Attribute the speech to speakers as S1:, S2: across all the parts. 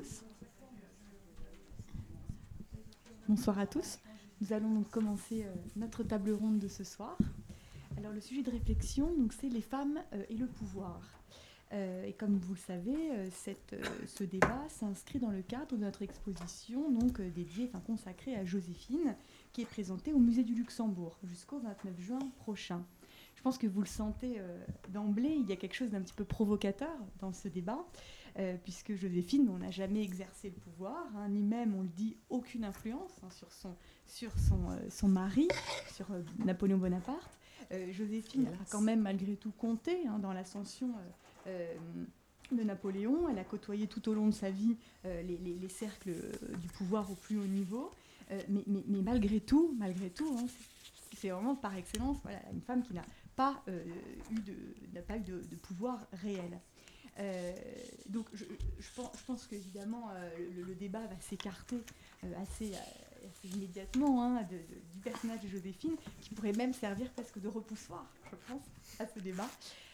S1: tous. Bonsoir à tous. Nous allons donc commencer notre table ronde de ce soir. Alors le sujet de réflexion, donc, c'est les femmes et le pouvoir. Et comme vous le savez, ce débat s'inscrit dans le cadre de notre exposition consacrée à Joséphine, qui est présentée au Musée du Luxembourg jusqu'au 29 juin prochain. Je pense que vous le sentez d'emblée, il y a quelque chose d'un petit peu provocateur dans ce débat, puisque Joséphine, on n'a jamais exercé le pouvoir, ni même, on le dit, aucune influence sur son mari, sur Napoléon Bonaparte. Joséphine a quand même malgré tout compté dans l'ascension de Napoléon. Elle a côtoyé tout au long de sa vie les cercles du pouvoir au plus haut niveau. Mais malgré tout, c'est vraiment par excellence une femme qui n'a pas eu de pouvoir réel. Donc je pense qu'évidemment le débat va s'écarter assez immédiatement du personnage de Joséphine, qui pourrait même servir presque de repoussoir, je pense, à ce débat.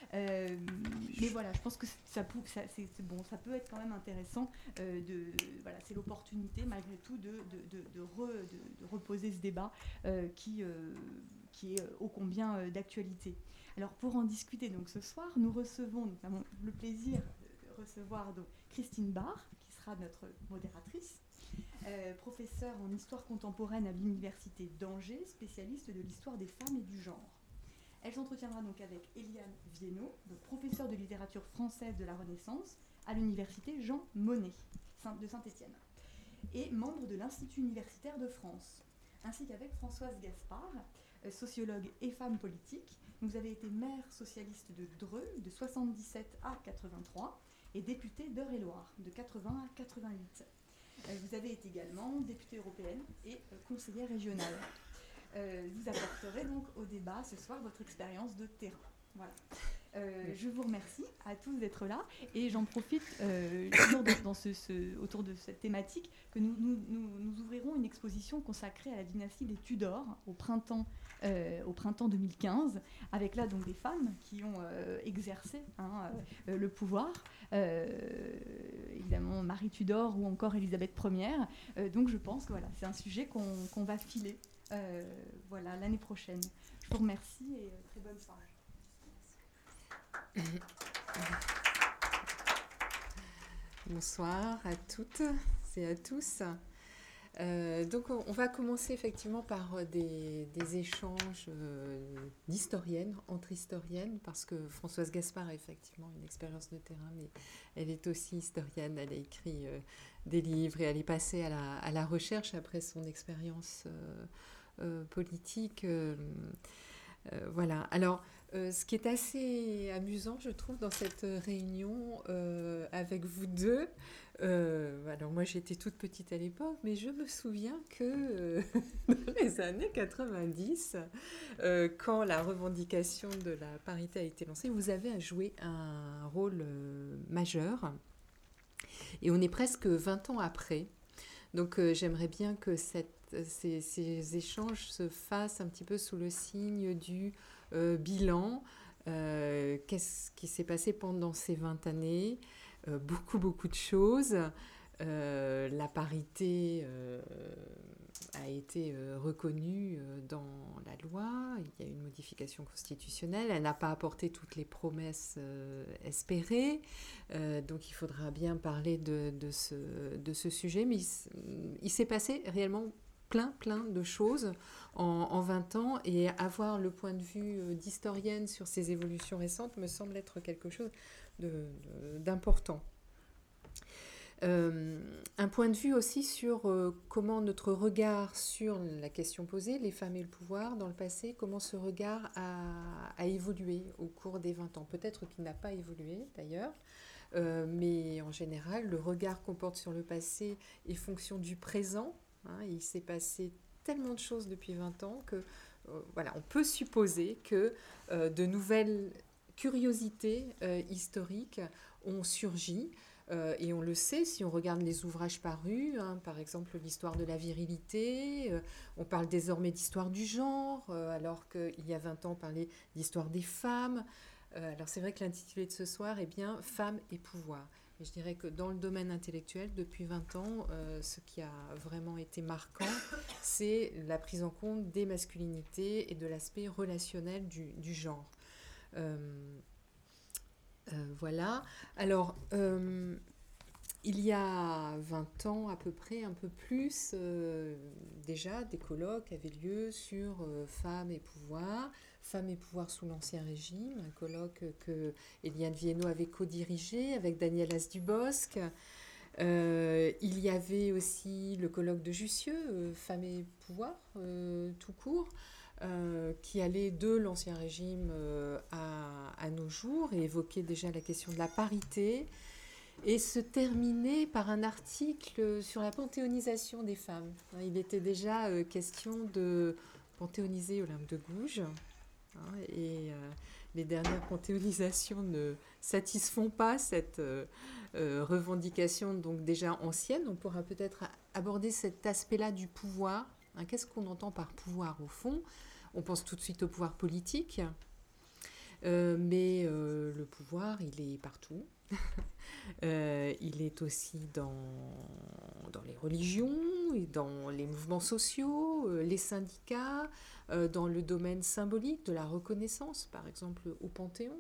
S1: Mais voilà, je pense que ça peut être quand même intéressant. C'est l'opportunité malgré tout de reposer ce débat qui est ô combien d'actualité. Alors pour en discuter donc ce soir, nous avons le plaisir de recevoir donc Christine Barr, qui sera notre modératrice, professeure en histoire contemporaine à l'université d'Angers, spécialiste de l'histoire des femmes et du genre. Elle s'entretiendra donc avec Eliane Viennot, donc professeure de littérature française de la Renaissance à l'université Jean Monnet de Saint-Étienne, et membre de l'Institut universitaire de France, ainsi qu'avec Françoise Gaspard, sociologue et femme politique. Vous avez été maire socialiste de Dreux de 77 à 83 et députée d'Eure-et-Loir de 80 à 88. Vous avez été également députée européenne et conseillère régionale. Vous apporterez donc au débat ce soir votre expérience de terrain. Voilà. Je vous remercie à tous d'être là, et j'en profite toujours autour de cette thématique que nous ouvrirons une exposition consacrée à la dynastie des Tudors au printemps 2015, avec là donc des femmes qui ont exercé le pouvoir, évidemment Marie Tudor ou encore Élisabeth Ier. Donc je pense que c'est un sujet qu'on va filer l'année prochaine. Je vous remercie et très bonne soirée.
S2: Bonsoir à toutes et à tous. Donc on va commencer effectivement par des échanges d'historiennes, entre historiennes, parce que Françoise Gaspard a effectivement une expérience de terrain, mais elle est aussi historienne. Elle a écrit des livres et elle est passée à la recherche après son expérience politique. Voilà. Alors, ce qui est assez amusant, je trouve, dans cette réunion avec vous deux, alors moi j'étais toute petite à l'époque, mais je me souviens que dans les années 90, quand la revendication de la parité a été lancée, vous avez joué un rôle majeur. Et on est presque 20 ans après. Donc j'aimerais bien que ces échanges se fassent un petit peu sous le signe du bilan. Qu'est-ce qui s'est passé pendant ces 20 années ? Beaucoup de choses. La parité a été reconnue dans la loi. Il y a eu une modification constitutionnelle. Elle n'a pas apporté toutes les promesses espérées. Donc il faudra bien parler de ce sujet. Mais il s'est passé réellement plein de choses en 20 ans, et avoir le point de vue d'historienne sur ces évolutions récentes me semble être quelque chose d'important. Un point de vue aussi sur comment notre regard sur la question posée, les femmes et le pouvoir dans le passé, comment ce regard a évolué au cours des 20 ans. Peut-être qu'il n'a pas évolué d'ailleurs, mais en général, le regard qu'on porte sur le passé est fonction du présent. Il s'est passé tellement de choses depuis 20 ans que on peut supposer que de nouvelles curiosités historiques ont surgi. Et on le sait si on regarde les ouvrages parus, par exemple l'histoire de la virilité, on parle désormais d'histoire du genre, alors qu'il y a 20 ans on parlait d'histoire des femmes. Alors c'est vrai que l'intitulé de ce soir est bien « Femmes et pouvoir ». Et je dirais que dans le domaine intellectuel, depuis 20 ans, ce qui a vraiment été marquant, c'est la prise en compte des masculinités et de l'aspect relationnel du genre. Voilà. Alors, il y a 20 ans à peu près, un peu plus, déjà, des colloques avaient lieu sur femmes et pouvoir. Femmes et pouvoir sous l'Ancien Régime, un colloque que Eliane Viennot avait co-dirigé avec Daniel As-Dubosc. Il y avait aussi le colloque de Jussieu, Femmes et pouvoir, tout court, qui allait de l'Ancien Régime à nos jours et évoquait déjà la question de la parité et se terminait par un article sur la panthéonisation des femmes. Il était déjà question de panthéoniser Olympe de Gouges. Et les dernières panthéonisations ne satisfont pas cette revendication donc déjà ancienne. On pourra peut-être aborder cet aspect-là du pouvoir. Qu'est-ce qu'on entend par pouvoir au fond ? On pense tout de suite au pouvoir politique, mais le pouvoir, il est partout. Il est aussi dans les religions, dans les mouvements sociaux, les syndicats, dans le domaine symbolique de la reconnaissance, par exemple au Panthéon.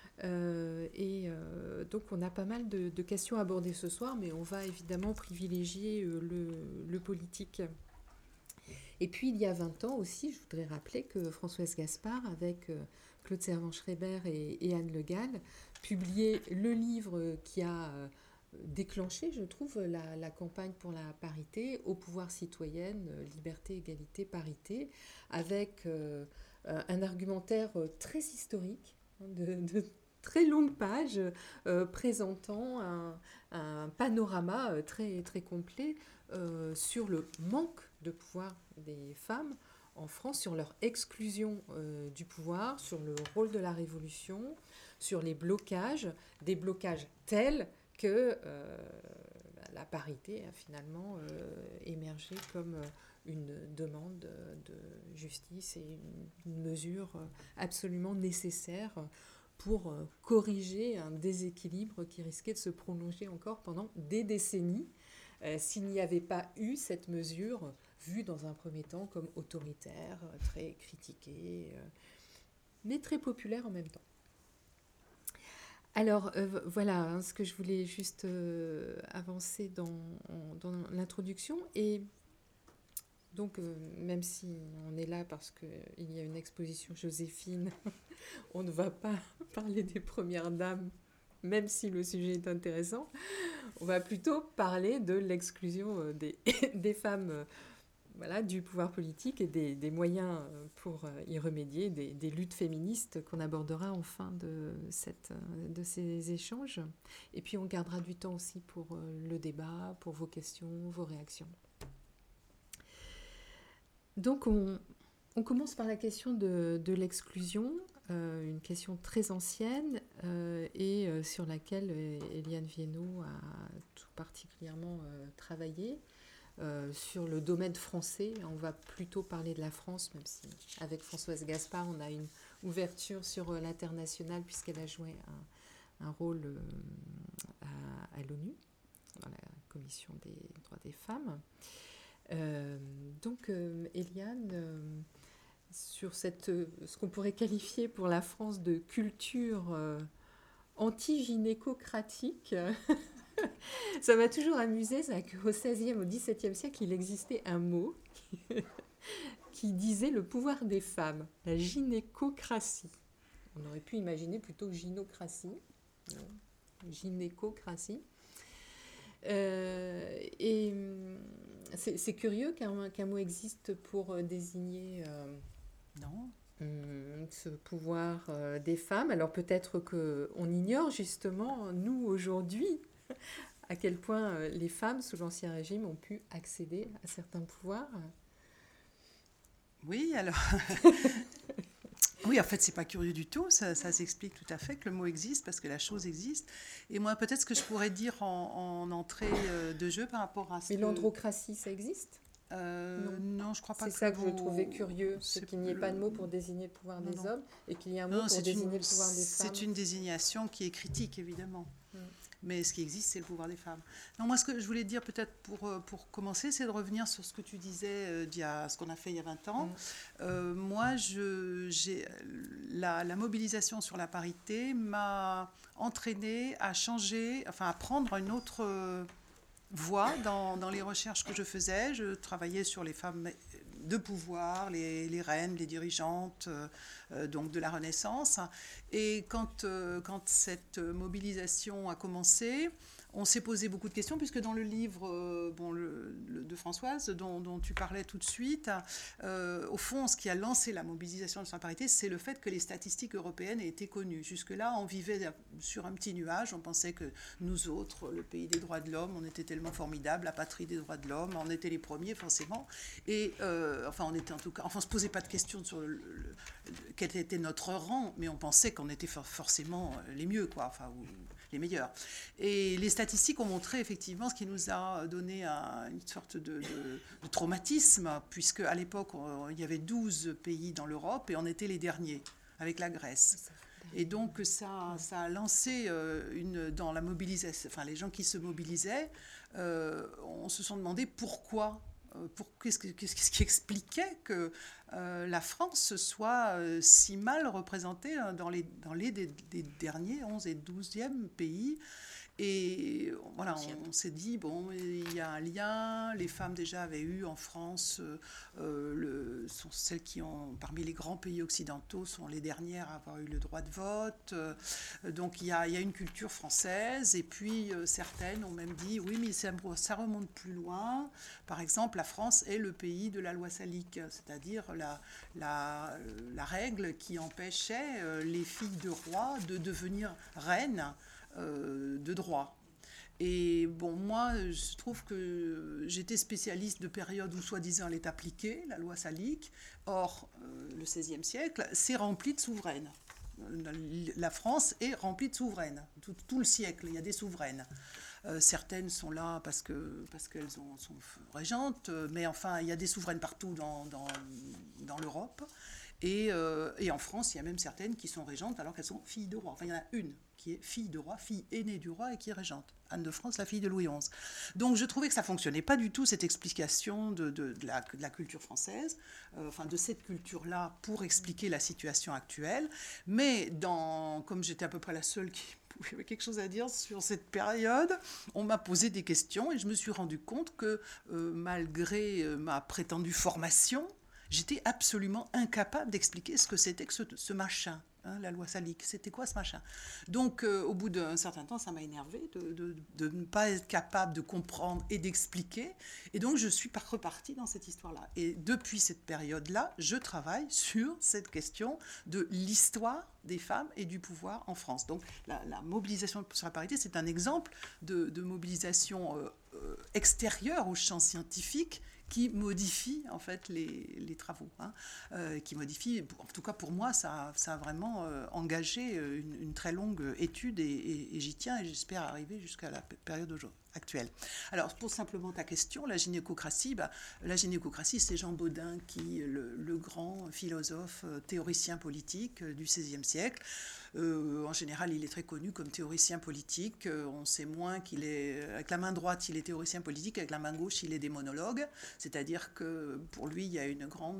S2: Donc on a pas mal de questions à aborder ce soir, mais on va évidemment privilégier le politique. Et puis il y a 20 ans aussi, je voudrais rappeler que Françoise Gaspard, avec Claude Servan-Schreiber et Anne Le Gall, publiait le livre qui a déclenché, je trouve, la campagne pour la parité, au pouvoir citoyenne, liberté, égalité, parité, avec un argumentaire très historique, de très longues pages présentant un panorama très, très complet sur le manque de pouvoir des femmes en France, sur leur exclusion du pouvoir, sur le rôle de la Révolution, sur les blocages, des blocages tels que la parité a finalement émergé comme une demande de justice et une mesure absolument nécessaire pour corriger un déséquilibre qui risquait de se prolonger encore pendant des décennies s'il n'y avait pas eu cette mesure vue dans un premier temps comme autoritaire, très critiquée, mais très populaire en même temps. Alors voilà ce que je voulais juste avancer dans l'introduction. Et donc même si on est là parce qu'il y a une exposition Joséphine, on ne va pas parler des premières dames, même si le sujet est intéressant. On va plutôt parler de l'exclusion des femmes voilà, du pouvoir politique et des moyens pour y remédier, des luttes féministes qu'on abordera en fin de ces échanges. Et puis on gardera du temps aussi pour le débat, pour vos questions, vos réactions. Donc on commence par la question de l'exclusion, une question très ancienne et sur laquelle Eliane Viennot a tout particulièrement travaillé. Sur le domaine français, on va plutôt parler de la France, même si avec Françoise Gaspard, on a une ouverture sur l'international puisqu'elle a joué un rôle à l'ONU, dans la Commission des droits des femmes. Donc, Eliane, sur ce qu'on pourrait qualifier pour la France de culture anti-gynécocratique, ça m'a toujours amusé, ça, qu'au XVIe, au XVIIe siècle, il existait un mot qui disait le pouvoir des femmes, la gynécocratie. On aurait pu imaginer plutôt gynocratie, gynécocratie. Et c'est curieux qu'un mot existe pour désigner ce pouvoir des femmes. Alors peut-être qu'on ignore justement, nous aujourd'hui, à quel point les femmes sous l'Ancien Régime ont pu accéder à certains pouvoirs.
S3: Oui, alors... Oui, en fait, c'est pas curieux du tout. Ça s'explique tout à fait que le mot existe parce que la chose existe. Et moi, peut-être ce que je pourrais dire en entrée de jeu par rapport à ce
S2: Mais l'androcratie, ça existe ?
S3: Non, je crois pas.
S2: C'est ça que je trouvais curieux, c'est qu'il n'y ait pas de mot pour désigner le pouvoir des hommes et qu'il y ait un mot pour désigner le pouvoir des femmes.
S3: C'est une désignation qui est critique, évidemment. Mais ce qui existe, c'est le pouvoir des femmes. Non, moi, ce que je voulais dire peut-être pour commencer, c'est de revenir sur ce que tu disais, ce qu'on a fait il y a 20 ans. Moi, la mobilisation sur la parité m'a entraînée à changer, enfin à prendre une autre voie dans les recherches que je faisais. Je travaillais sur les femmes de pouvoir, les reines, les dirigeantes donc de la Renaissance. Et quand cette mobilisation a commencé, on s'est posé beaucoup de questions, puisque dans le livre de Françoise, dont tu parlais tout de suite, au fond, ce qui a lancé la mobilisation de la parité, c'est le fait que les statistiques européennes aient été connues. Jusque-là, on vivait sur un petit nuage, on pensait que nous autres, le pays des droits de l'homme, on était tellement formidables, la patrie des droits de l'homme, on était les premiers forcément, et on était en tout cas, on se posait pas de questions sur quel était notre rang, mais on pensait qu'on était forcément les mieux, quoi, les meilleurs. Et les statistiques ont montré effectivement ce qui nous a donné une sorte de traumatisme, puisque à l'époque, il y avait 12 pays dans l'Europe et on était les derniers, avec la Grèce. Et donc ça a lancé dans la mobilisation, enfin les gens qui se mobilisaient, on se sont demandé pourquoi. Qu'est-ce qui expliquait que la France soit si mal représentée dans les des derniers 11 et 12e pays. Et voilà, on s'est dit, bon, il y a un lien. Les femmes déjà avaient eu en France, sont celles qui ont, parmi les grands pays occidentaux, sont les dernières à avoir eu le droit de vote. Donc il y a une culture française. Et puis certaines ont même dit, oui, mais ça remonte plus loin. Par exemple, la France est le pays de la loi salique, c'est-à-dire la règle qui empêchait les filles de rois de devenir reines de droit. Et bon, moi, je trouve que j'étais spécialiste de périodes où soi-disant elle est appliquée, la loi salique. Or, le XVIe siècle, c'est rempli de souveraines. La France est remplie de souveraines. Tout le siècle, il y a des souveraines. Certaines sont là parce qu'elles sont régentes, mais enfin, il y a des souveraines partout dans l'Europe. Et en France, il y a même certaines qui sont régentes alors qu'elles sont filles de roi. Enfin, il y en a une qui est fille de roi, fille aînée du roi et qui est régente. Anne de France, la fille de Louis XI. Donc je trouvais que ça ne fonctionnait pas du tout, cette explication de la culture française, de cette culture-là pour expliquer la situation actuelle. Mais comme j'étais à peu près la seule qui avait quelque chose à dire sur cette période, on m'a posé des questions et je me suis rendu compte que malgré ma prétendue formation, j'étais absolument incapable d'expliquer ce que c'était que ce machin, la loi salique. C'était quoi ce machin? Donc, au bout d'un certain temps, ça m'a énervée de ne pas être capable de comprendre et d'expliquer. Et donc, je suis repartie dans cette histoire-là. Et depuis cette période-là, je travaille sur cette question de l'histoire des femmes et du pouvoir en France. Donc, la mobilisation sur la parité, c'est un exemple de mobilisation extérieure au champ scientifique qui modifie en fait les travaux, qui modifie, en tout cas pour moi, ça a vraiment engagé une très longue étude et j'y tiens et j'espère arriver jusqu'à la période actuelle. Alors pour simplement ta question, la gynécocratie, c'est Jean Bodin le grand philosophe, théoricien politique du XVIe siècle. En général, il est très connu comme théoricien politique. On sait moins qu'il est... Avec la main droite, il est théoricien politique. Avec la main gauche, il est démonologue. C'est-à-dire que pour lui, il y a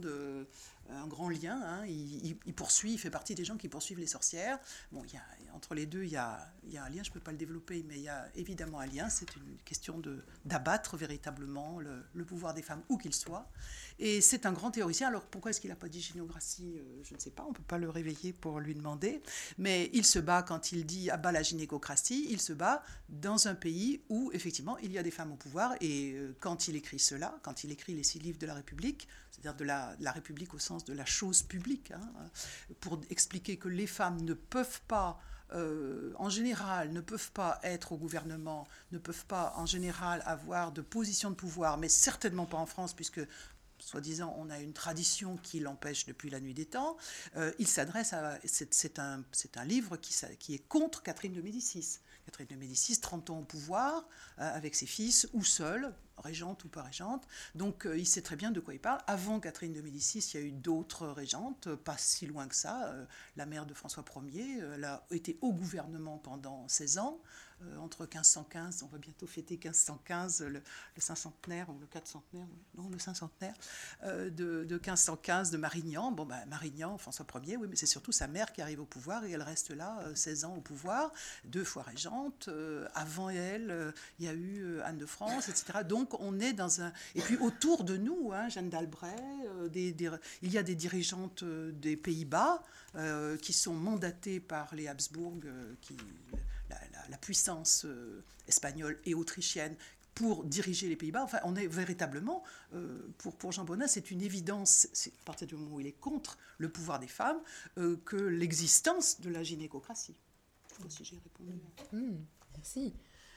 S3: un grand lien. Il poursuit, il fait partie des gens qui poursuivent les sorcières. Bon, entre les deux, il y a un lien. Je ne peux pas le développer, mais il y a évidemment un lien. C'est une question d'abattre véritablement le pouvoir des femmes, où qu'il soit. Et c'est un grand théoricien. Alors pourquoi est-ce qu'il n'a pas dit gynécratie? Je ne sais pas, on ne peut pas le réveiller pour lui demander. Mais il se bat, quand il dit abat la gynécocratie, il se bat dans un pays où effectivement il y a des femmes au pouvoir. Et quand il écrit cela, quand il écrit les 6 livres de la République, c'est-à-dire de la République au sens de la chose publique, pour expliquer que les femmes ne peuvent pas en général, ne peuvent pas être au gouvernement, ne peuvent pas en général avoir de position de pouvoir, mais certainement pas en France, puisque soi-disant, on a une tradition qui l'empêche depuis la nuit des temps. Il s'adresse à... C'est un livre qui est contre Catherine de Médicis. Catherine de Médicis, 30 ans au pouvoir, avec ses fils, ou seule, régente ou pas régente. Donc, il sait très bien de quoi il parle. Avant Catherine de Médicis, il y a eu d'autres régentes, pas si loin que ça. La mère de François Ier, elle a été au gouvernement pendant 16 ans. entre 1515, on va bientôt fêter 1515, le cinquantenaire ou le 400-centenaire, non, le 500-centenaire de 1515 de Marignan. Bon, Marignan, François Ier, oui, mais c'est surtout sa mère qui arrive au pouvoir et elle reste là 16 ans au pouvoir, 2 fois régente. Avant elle, il y a eu Anne de France, etc. Donc on est dans un... Et puis autour de nous, Jeanne d'Albret, il y a des dirigeantes des Pays-Bas qui sont mandatées par les Habsbourg, la puissance espagnole et autrichienne, pour diriger les Pays-Bas. Enfin, on est véritablement, pour Jean Bodin, c'est une évidence, c'est à partir du moment où il est contre le pouvoir des femmes, que l'existence de la gynécocratie. Je ne sais pas si j'ai répondu.
S2: Merci.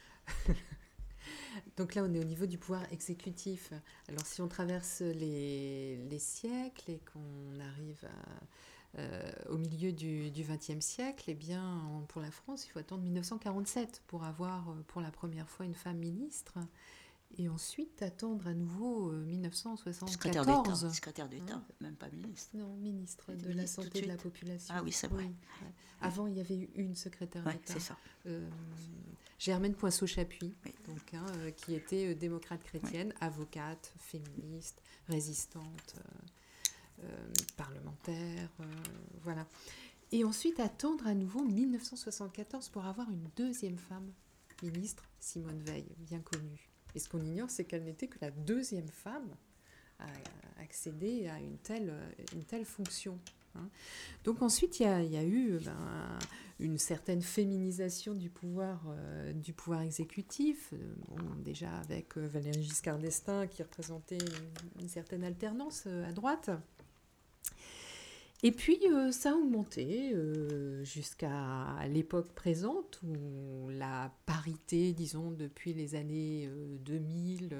S2: Donc là, on est au niveau du pouvoir exécutif. Alors, si on traverse les siècles et qu'on arrive au milieu du XXe siècle, eh bien, pour la France, il faut attendre 1947 pour avoir pour la première fois une femme ministre. Et ensuite, attendre à nouveau 1974.
S4: Secrétaire d'État, même pas ministre.
S2: Non, ministre de la Santé de la Population.
S4: Ah oui, c'est vrai.
S2: Oui. Avant, il y avait eu une secrétaire d'État.
S4: C'est ça.
S2: Germaine Poinceau-Chapuis, qui était démocrate chrétienne, avocate, féministe, résistante, parlementaire, voilà. Et ensuite, attendre à nouveau 1974 pour avoir une deuxième femme ministre, Simone Veil, bien connue. Et ce qu'on ignore, c'est qu'elle n'était que la deuxième femme à accéder à une telle fonction. Donc ensuite, il y a eu une certaine féminisation du pouvoir exécutif, déjà avec Valéry Giscard d'Estaing qui représentait une certaine alternance à droite. Et puis, ça a augmenté jusqu'à l'époque présente où la parité, disons, depuis les années 2000,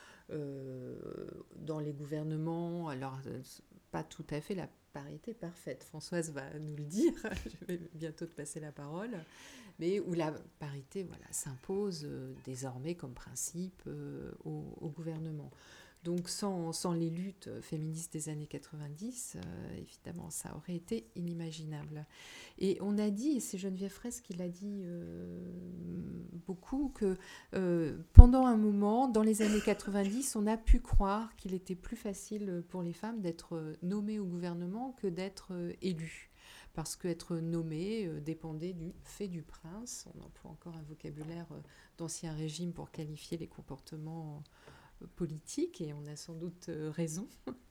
S2: dans les gouvernements, alors pas tout à fait la parité parfaite, Françoise va nous le dire, je vais bientôt te passer la parole, mais où la parité s'impose désormais comme principe au gouvernement. Donc sans les luttes féministes des années 90, évidemment, ça aurait été inimaginable. Et on a dit, et c'est Geneviève Fraisse qui l'a dit beaucoup, que pendant un moment, dans les années 90, on a pu croire qu'il était plus facile pour les femmes d'être nommées au gouvernement que d'être élues. Parce qu'être nommée dépendait du fait du prince. On emploie encore un vocabulaire d'Ancien Régime pour qualifier les comportements politique, et on a sans doute raison.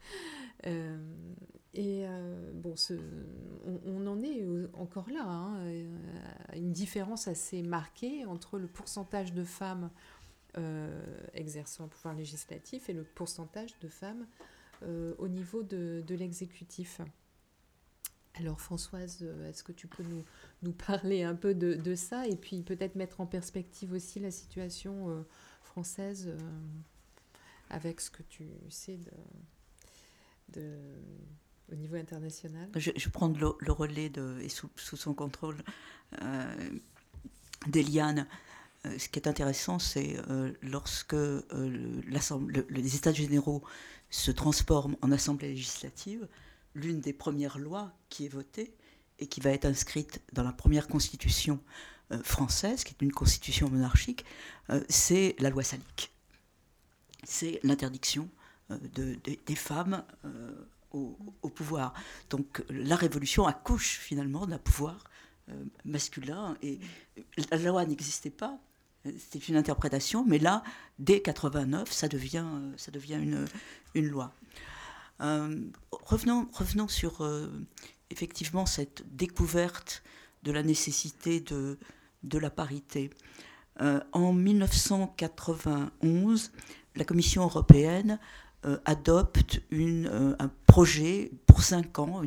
S2: On en est encore là, une différence assez marquée entre le pourcentage de femmes exerçant un pouvoir législatif et le pourcentage de femmes au niveau de l'exécutif. Alors Françoise, est-ce que tu peux nous parler un peu de ça, et puis peut-être mettre en perspective aussi la situation française avec ce que tu sais au niveau international?
S4: Je vais prendre le relais et sous son contrôle d'Eliane. Ce qui est intéressant, c'est lorsque les États généraux se transforment en assemblée législative, l'une des premières lois qui est votée et qui va être inscrite dans la première constitution française, qui est une constitution monarchique, c'est la loi Salique. C'est l'interdiction des femmes au pouvoir. Donc la Révolution accouche finalement d'un pouvoir masculin, et la loi n'existait pas, c'était une interprétation, mais là, dès 89, ça devient une loi. Revenons sur effectivement cette découverte de la nécessité de la parité. En 1991, la Commission européenne adopte un projet pour 5 ans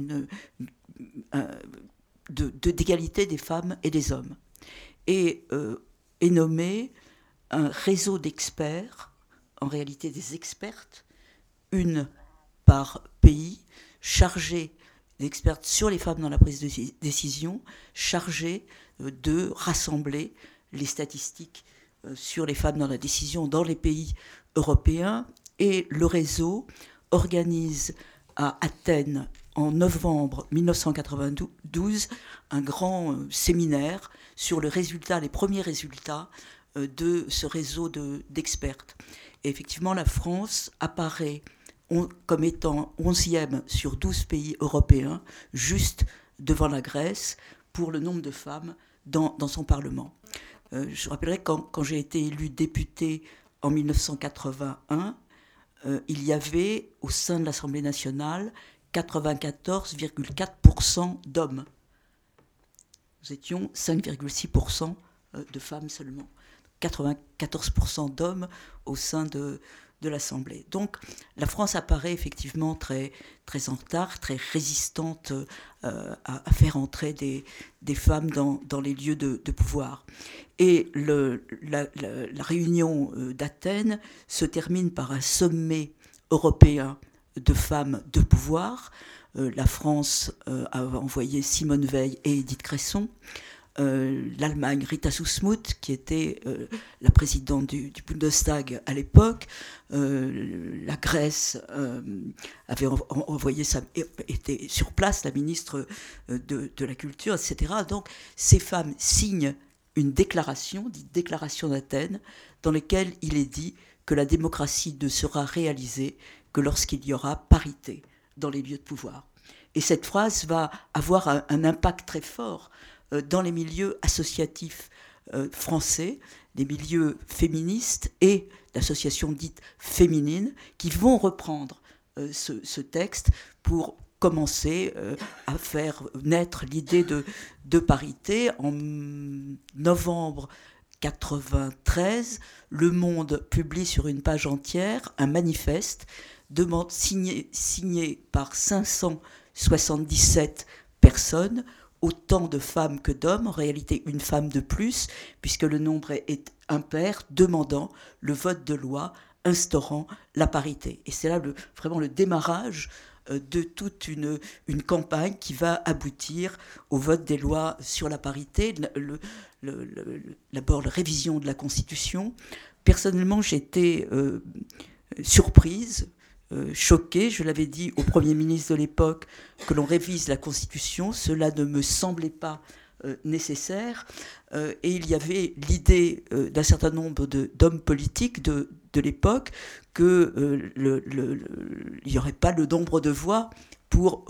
S4: d'égalité des femmes et des hommes, et est nommé un réseau d'experts, en réalité des expertes, une par pays, chargée d'expertes sur les femmes dans la prise de décision, chargée de rassembler les statistiques sur les femmes dans la décision dans les pays européens. Et le réseau organise à Athènes en novembre 1992 un grand séminaire sur les premiers résultats de ce réseau d'expertes. Et effectivement, la France apparaît comme étant 11e sur 12 pays européens, juste devant la Grèce, pour le nombre de femmes dans son Parlement. Je rappellerai que quand j'ai été élue députée en 1981, il y avait au sein de l'Assemblée nationale 94,4% d'hommes. Nous étions 5,6% de femmes seulement. 94% d'hommes au sein de l'Assemblée. Donc la France apparaît effectivement très, très en retard, très résistante à faire entrer des femmes dans les lieux de pouvoir. Et la réunion d'Athènes se termine par un sommet européen de femmes de pouvoir. La France a envoyé Simone Veil et Édith Cresson. L'Allemagne, Rita Sussmuth, qui était la présidente du Bundestag à l'époque. La Grèce avait envoyé était sur place, la ministre de la Culture, etc. Donc ces femmes signent une déclaration, dite déclaration d'Athènes, dans laquelle il est dit que la démocratie ne sera réalisée que lorsqu'il y aura parité dans les lieux de pouvoir. Et cette phrase va avoir un impact très fort dans les milieux associatifs français, des milieux féministes et d'associations dites féminines qui vont reprendre ce texte pour commencer à faire naître l'idée de parité. En novembre 1993, Le Monde publie sur une page entière un manifeste signé par 577 personnes, autant de femmes que d'hommes, en réalité une femme de plus, puisque le nombre est impair, demandant le vote de loi instaurant la parité. Et c'est là vraiment le démarrage de toute une campagne qui va aboutir au vote des lois sur la parité, d'abord la révision de la Constitution. Personnellement, j'étais surprise, choquée, je l'avais dit au Premier ministre de l'époque, que l'on révise la Constitution. Cela ne me semblait pas nécessaire. Et il y avait l'idée d'un certain nombre d'hommes politiques de l'époque qu'il n'y aurait pas le nombre de voix pour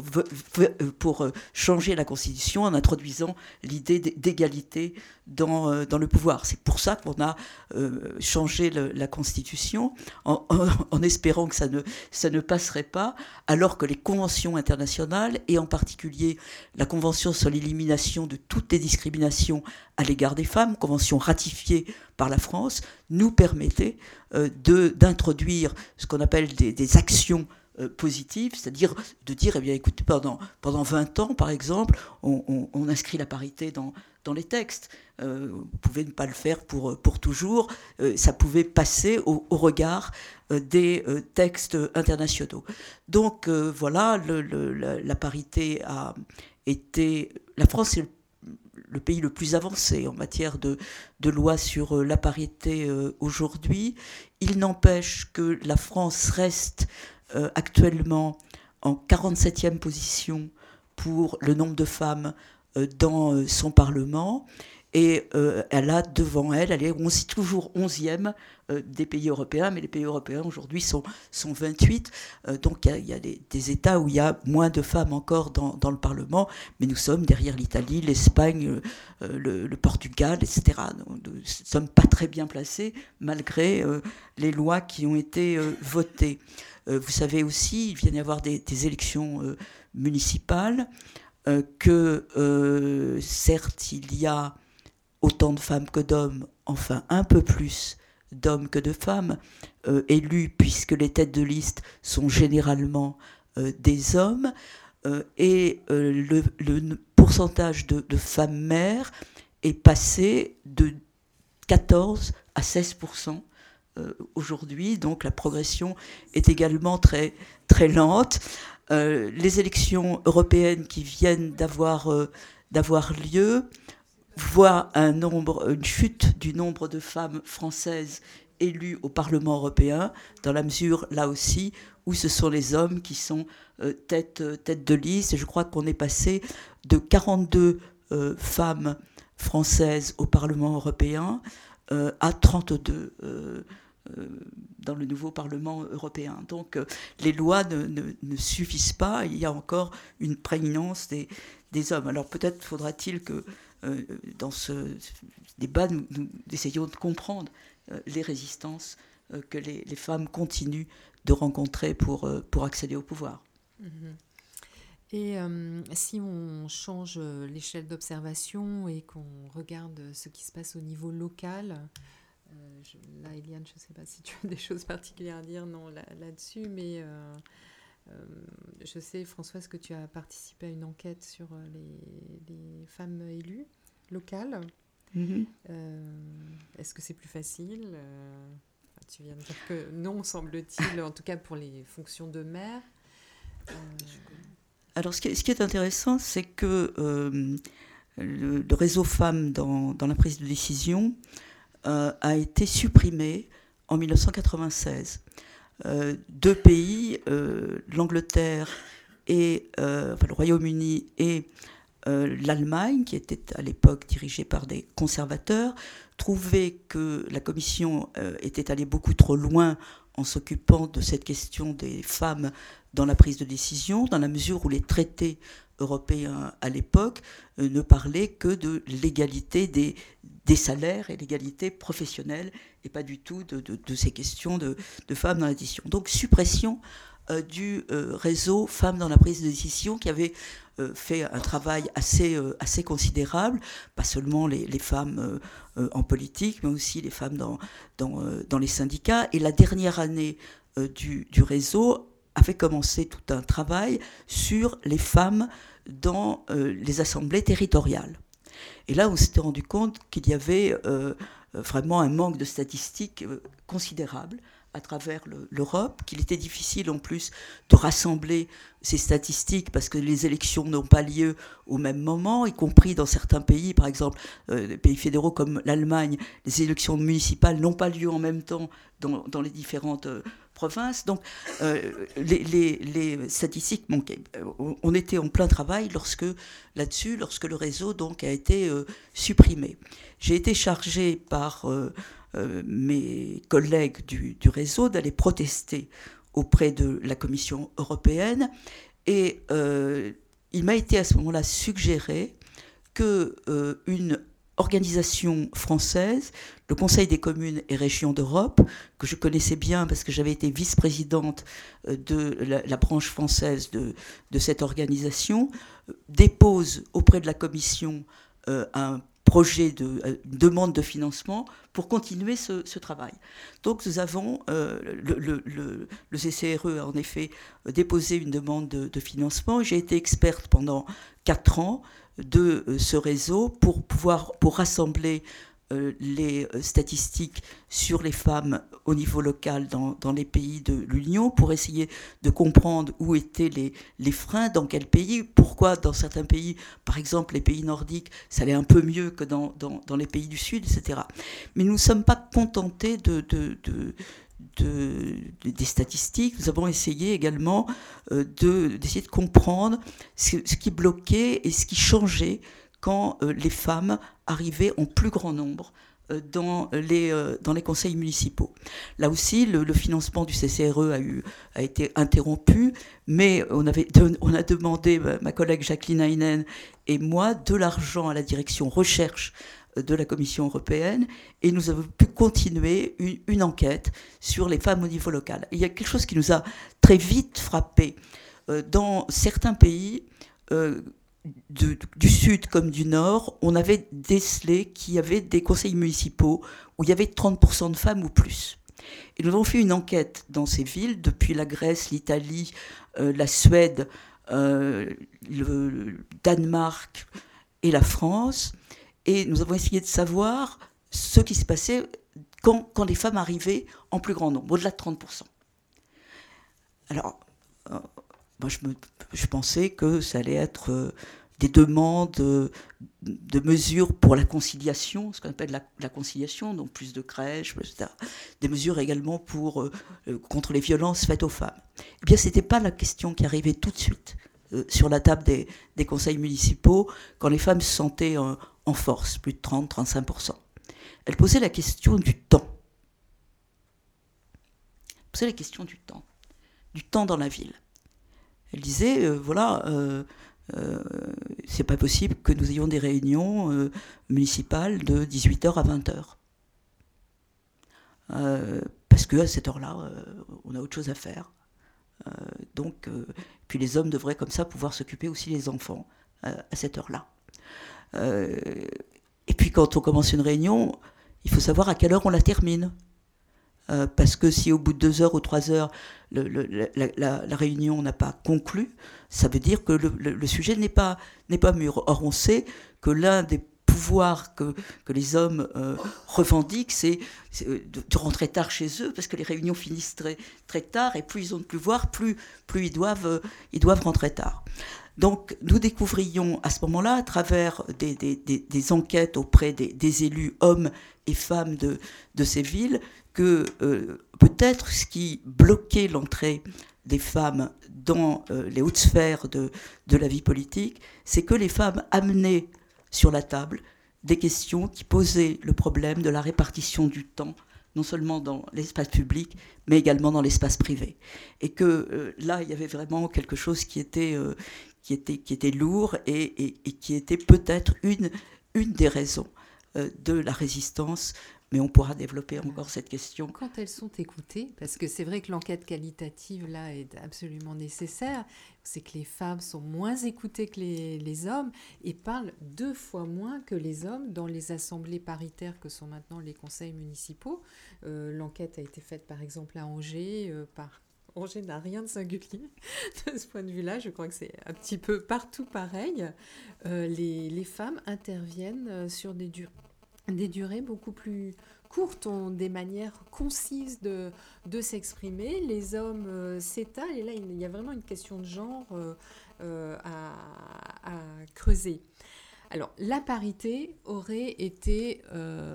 S4: changer la Constitution en introduisant l'idée d'égalité dans le pouvoir. C'est pour ça qu'on a changé la Constitution en espérant que ça ne passerait pas, alors que les conventions internationales, et en particulier la Convention sur l'élimination de toutes les discriminations à l'égard des femmes, convention ratifiée par la France, nous permettait d'introduire ce qu'on appelle des actions positive, c'est-à-dire de dire, eh bien, écoutez, pendant 20 ans, par exemple, on inscrit la parité dans les textes. Vous pouvez ne pas le faire pour toujours. Ça pouvait passer au regard des textes internationaux. Donc, voilà, la parité a été... La France est le pays le plus avancé en matière de loi sur la parité aujourd'hui. Il n'empêche que la France reste actuellement en 47e position pour le nombre de femmes dans son Parlement, et elle a devant elle est toujours 11e des pays européens, mais les pays européens aujourd'hui sont 28, donc il y a des États où il y a moins de femmes encore dans le Parlement, mais nous sommes derrière l'Italie, l'Espagne, le Portugal, etc. Nous ne sommes pas très bien placés malgré les lois qui ont été votées. Vous savez aussi, il vient d'y avoir des élections municipales, que certes il y a autant de femmes que d'hommes, enfin un peu plus d'hommes que de femmes élus, puisque les têtes de liste sont généralement des hommes, et le pourcentage de femmes maires est passé de 14 à 16%. Aujourd'hui, donc la progression est également très, très lente. Les élections européennes qui viennent d'avoir lieu voient une chute du nombre de femmes françaises élus au Parlement européen, dans la mesure, là aussi, où ce sont les hommes qui sont tête de liste. Et je crois qu'on est passé de 42 femmes françaises au Parlement européen à 32 dans le nouveau Parlement européen. Donc les lois ne suffisent pas, il y a encore une prégnance des hommes. Alors peut-être faudra-t-il que dans ce débat, nous essayions de comprendre les résistances que les femmes continuent de rencontrer pour accéder au pouvoir.
S2: Et si on change l'échelle d'observation et qu'on regarde ce qui se passe au niveau local, là, Eliane, je ne sais pas si tu as des choses particulières à dire là-dessus, mais je sais, Françoise, que tu as participé à une enquête sur les femmes élues locales. Est-ce que c'est plus facile ? Tu viens de dire que non, semble-t-il, en tout cas pour les fonctions de maire.
S4: Alors, ce qui est intéressant, c'est que le réseau femmes dans la prise de décision a été supprimé en 1996. Deux pays, l'Angleterre et le Royaume-Uni et l'Allemagne, qui était à l'époque dirigée par des conservateurs, trouvaient que la Commission était allée beaucoup trop loin en s'occupant de cette question des femmes dans la prise de décision, dans la mesure où les traités européens à l'époque ne parlaient que de l'égalité des salaires et l'égalité professionnelle, et pas du tout de ces questions de femmes dans la décision. Donc suppression du réseau femmes dans la prise de décision, qui avait fait un travail assez considérable, pas seulement les femmes en politique, mais aussi les femmes dans les syndicats. Et la dernière année du réseau avait commencé tout un travail sur les femmes dans les assemblées territoriales. Et là, on s'était rendu compte qu'il y avait vraiment un manque de statistiques considérable à travers l'Europe, qu'il était difficile en plus de rassembler ces statistiques parce que les élections n'ont pas lieu au même moment, y compris dans certains pays, par exemple les pays fédéraux comme l'Allemagne, les élections municipales n'ont pas lieu en même temps dans les différentes provinces. Donc les statistiques manquaient. On était en plein travail lorsque le réseau donc a été supprimé. J'ai été chargée par mes collègues du réseau d'aller protester auprès de la Commission européenne, et il m'a été à ce moment-là suggéré qu'une organisation française, le Conseil des communes et régions d'Europe, que je connaissais bien parce que j'avais été vice-présidente de la branche française de cette organisation, dépose auprès de la Commission un projet une demande de financement pour continuer ce travail. Donc nous avons, le CCRE a en effet déposé une demande de financement. J'ai été experte pendant 4 ans de ce réseau pour rassembler les statistiques sur les femmes au niveau local dans les pays de l'Union, pour essayer de comprendre où étaient les freins, dans quel pays, pourquoi dans certains pays, par exemple les pays nordiques, ça allait un peu mieux que dans les pays du Sud, etc. Mais nous ne sommes pas contentés des statistiques. Nous avons essayé également d'essayer de comprendre ce qui bloquait et ce qui changeait quand les femmes arrivaient en plus grand nombre dans les conseils municipaux. Là aussi, le financement du CCRE a été interrompu, mais on a demandé, ma collègue Jacqueline Heinen et moi, de l'argent à la direction recherche de la Commission européenne, et nous avons pu continuer une enquête sur les femmes au niveau local. Et il y a quelque chose qui nous a très vite frappé. Dans certains pays, du sud comme du nord, on avait décelé qu'il y avait des conseils municipaux où il y avait 30% de femmes ou plus. Et nous avons fait une enquête dans ces villes, depuis la Grèce, l'Italie, la Suède, le Danemark et la France, et nous avons essayé de savoir ce qui se passait quand les femmes arrivaient en plus grand nombre, au-delà de 30%. Alors, moi, je pensais que ça allait être des demandes de mesures pour la conciliation, ce qu'on appelle la conciliation, donc plus de crèches, etc. Des mesures également contre les violences faites aux femmes. Eh bien, ce n'était pas la question qui arrivait tout de suite sur la table des conseils municipaux quand les femmes se sentaient en force, plus de 30-35%. Elle posait la question du temps. Elle posait la question du temps dans la ville. Elle disait, c'est pas possible que nous ayons des réunions municipales de 18h à 20h. Parce qu'à cette heure-là, on a autre chose à faire. Puis les hommes devraient comme ça pouvoir s'occuper aussi des enfants à cette heure-là. Et puis quand on commence une réunion, il faut savoir à quelle heure on la termine. Parce que si au bout de 2 heures ou 3 heures, la réunion n'a pas conclu, ça veut dire que le sujet n'est pas mûr. Or, on sait que l'un des pouvoirs que les hommes revendiquent, c'est de rentrer tard chez eux, parce que les réunions finissent très, très tard, et plus ils ont de pouvoir, plus ils doivent rentrer tard. Donc, nous découvrions à ce moment-là, à travers des enquêtes auprès des élus hommes et femmes de ces villes, que peut-être ce qui bloquait l'entrée des femmes dans les hautes sphères de la vie politique, c'est que les femmes amenaient sur la table des questions qui posaient le problème de la répartition du temps, non seulement dans l'espace public, mais également dans l'espace privé. Et que là, il y avait vraiment quelque chose qui était lourd et qui était peut-être une des raisons de la résistance. Mais on pourra développer encore cette question.
S2: Quand elles sont écoutées, parce que c'est vrai que l'enquête qualitative, là, est absolument nécessaire, c'est que les femmes sont moins écoutées que les hommes et parlent 2 fois moins que les hommes dans les assemblées paritaires que sont maintenant les conseils municipaux. L'enquête a été faite, par exemple, à Angers, Angers n'a rien de singulier de ce point de vue-là. Je crois que c'est un petit peu partout pareil. Les femmes interviennent sur des durées beaucoup plus courtes, ont des manières concises de s'exprimer. Les hommes s'étalent, et là, il y a vraiment une question de genre à creuser. Alors, la parité aurait été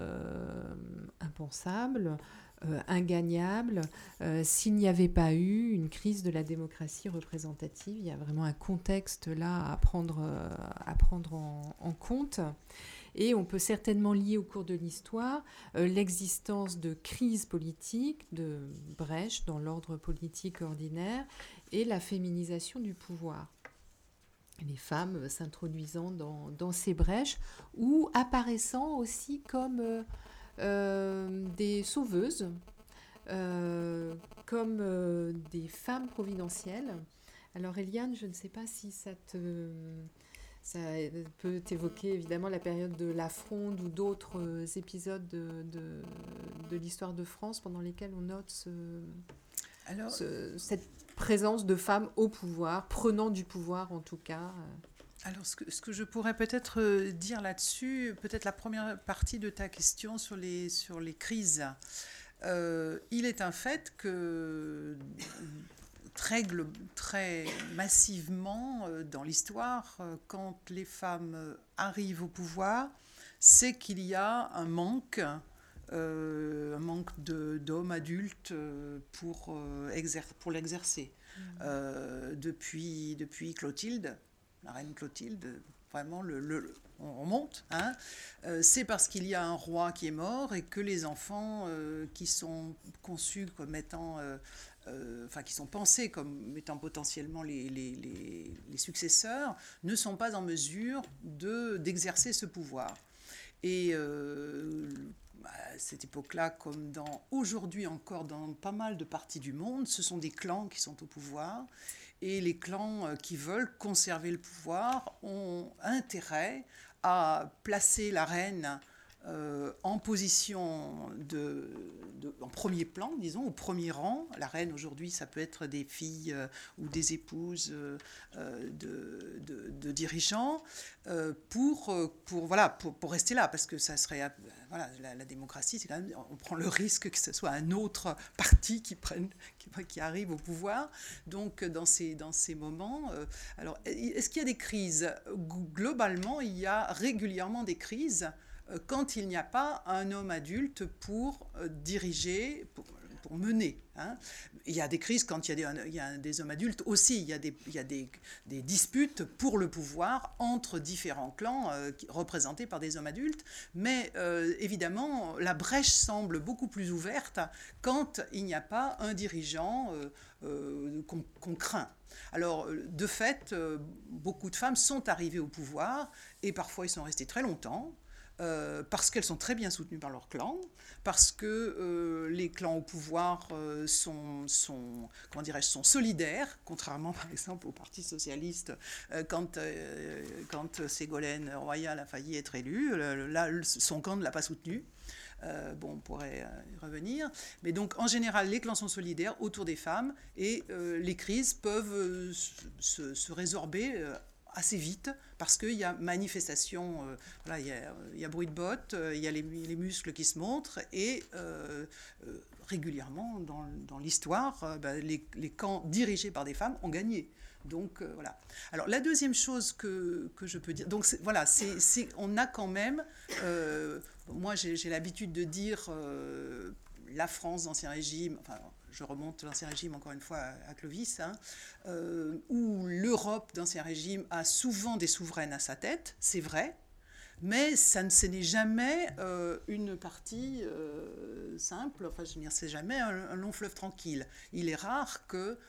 S2: impensable, ingagnable, s'il n'y avait pas eu une crise de la démocratie représentative. Il y a vraiment un contexte là à prendre en compte. Et on peut certainement lier au cours de l'histoire l'existence de crises politiques, de brèches dans l'ordre politique ordinaire et la féminisation du pouvoir. Les femmes s'introduisant dans ces brèches ou apparaissant aussi comme des sauveuses, comme des femmes providentielles. Alors Eliane, je ne sais pas si ça peut évoquer évidemment la période de la Fronde ou d'autres épisodes de l'histoire de France pendant lesquels on note cette présence de femmes au pouvoir, prenant du pouvoir en tout cas.
S3: Alors, ce que je pourrais peut-être dire là-dessus, peut-être la première partie de ta question sur les crises. Il est un fait que très massivement dans l'histoire, quand les femmes arrivent au pouvoir, c'est qu'il y a un manque d'hommes adultes pour l'exercer. Depuis Clotilde, la reine Clotilde, vraiment on remonte, hein. C'est parce qu'il y a un roi qui est mort et que les enfants qui sont conçus comme étant qui sont pensés comme étant potentiellement les successeurs, ne sont pas en mesure d'exercer ce pouvoir. Et à cette époque-là, comme aujourd'hui encore dans pas mal de parties du monde, ce sont des clans qui sont au pouvoir. Et les clans qui veulent conserver le pouvoir ont intérêt à placer la reine en position en premier plan, disons, au premier rang. La reine, aujourd'hui, ça peut être des filles ou des épouses de dirigeants, pour rester là, parce que ça serait... Voilà, la démocratie, c'est quand même... On prend le risque que ce soit un autre parti qui arrive au pouvoir. Donc, dans ces moments... alors, est-ce qu'il y a des crises ? Globalement, il y a régulièrement des crises quand il n'y a pas un homme adulte pour diriger, pour mener. Hein. Il y a des crises quand il y a des hommes adultes aussi. Il y a des disputes pour le pouvoir entre différents clans représentés par des hommes adultes. Mais évidemment, la brèche semble beaucoup plus ouverte quand il n'y a pas un dirigeant qu'on craint. Alors, de fait, beaucoup de femmes sont arrivées au pouvoir et parfois ils sont restés très longtemps. Parce qu'elles sont très bien soutenues par leur clan, parce que les clans au pouvoir sont solidaires, contrairement par exemple au Parti socialiste, quand Ségolène Royal a failli être élue, là, son clan ne l'a pas soutenue. On pourrait y revenir. Mais donc, en général, les clans sont solidaires autour des femmes et les crises peuvent se résorber assez vite, parce qu'il y a manifestation, il y a bruit de bottes, il y a les muscles qui se montrent, et régulièrement, dans l'histoire, les camps dirigés par des femmes ont gagné. Donc, voilà. Alors, la deuxième chose que je peux dire, donc, on a quand même, moi j'ai l'habitude de dire la France d'Ancien Régime, enfin, je remonte l'Ancien Régime encore une fois à Clovis, où l'Europe d'Ancien Régime a souvent des souveraines à sa tête, c'est vrai, mais ce n'est jamais une partie simple, enfin je veux dire, c'est jamais un long fleuve tranquille. Il est rare que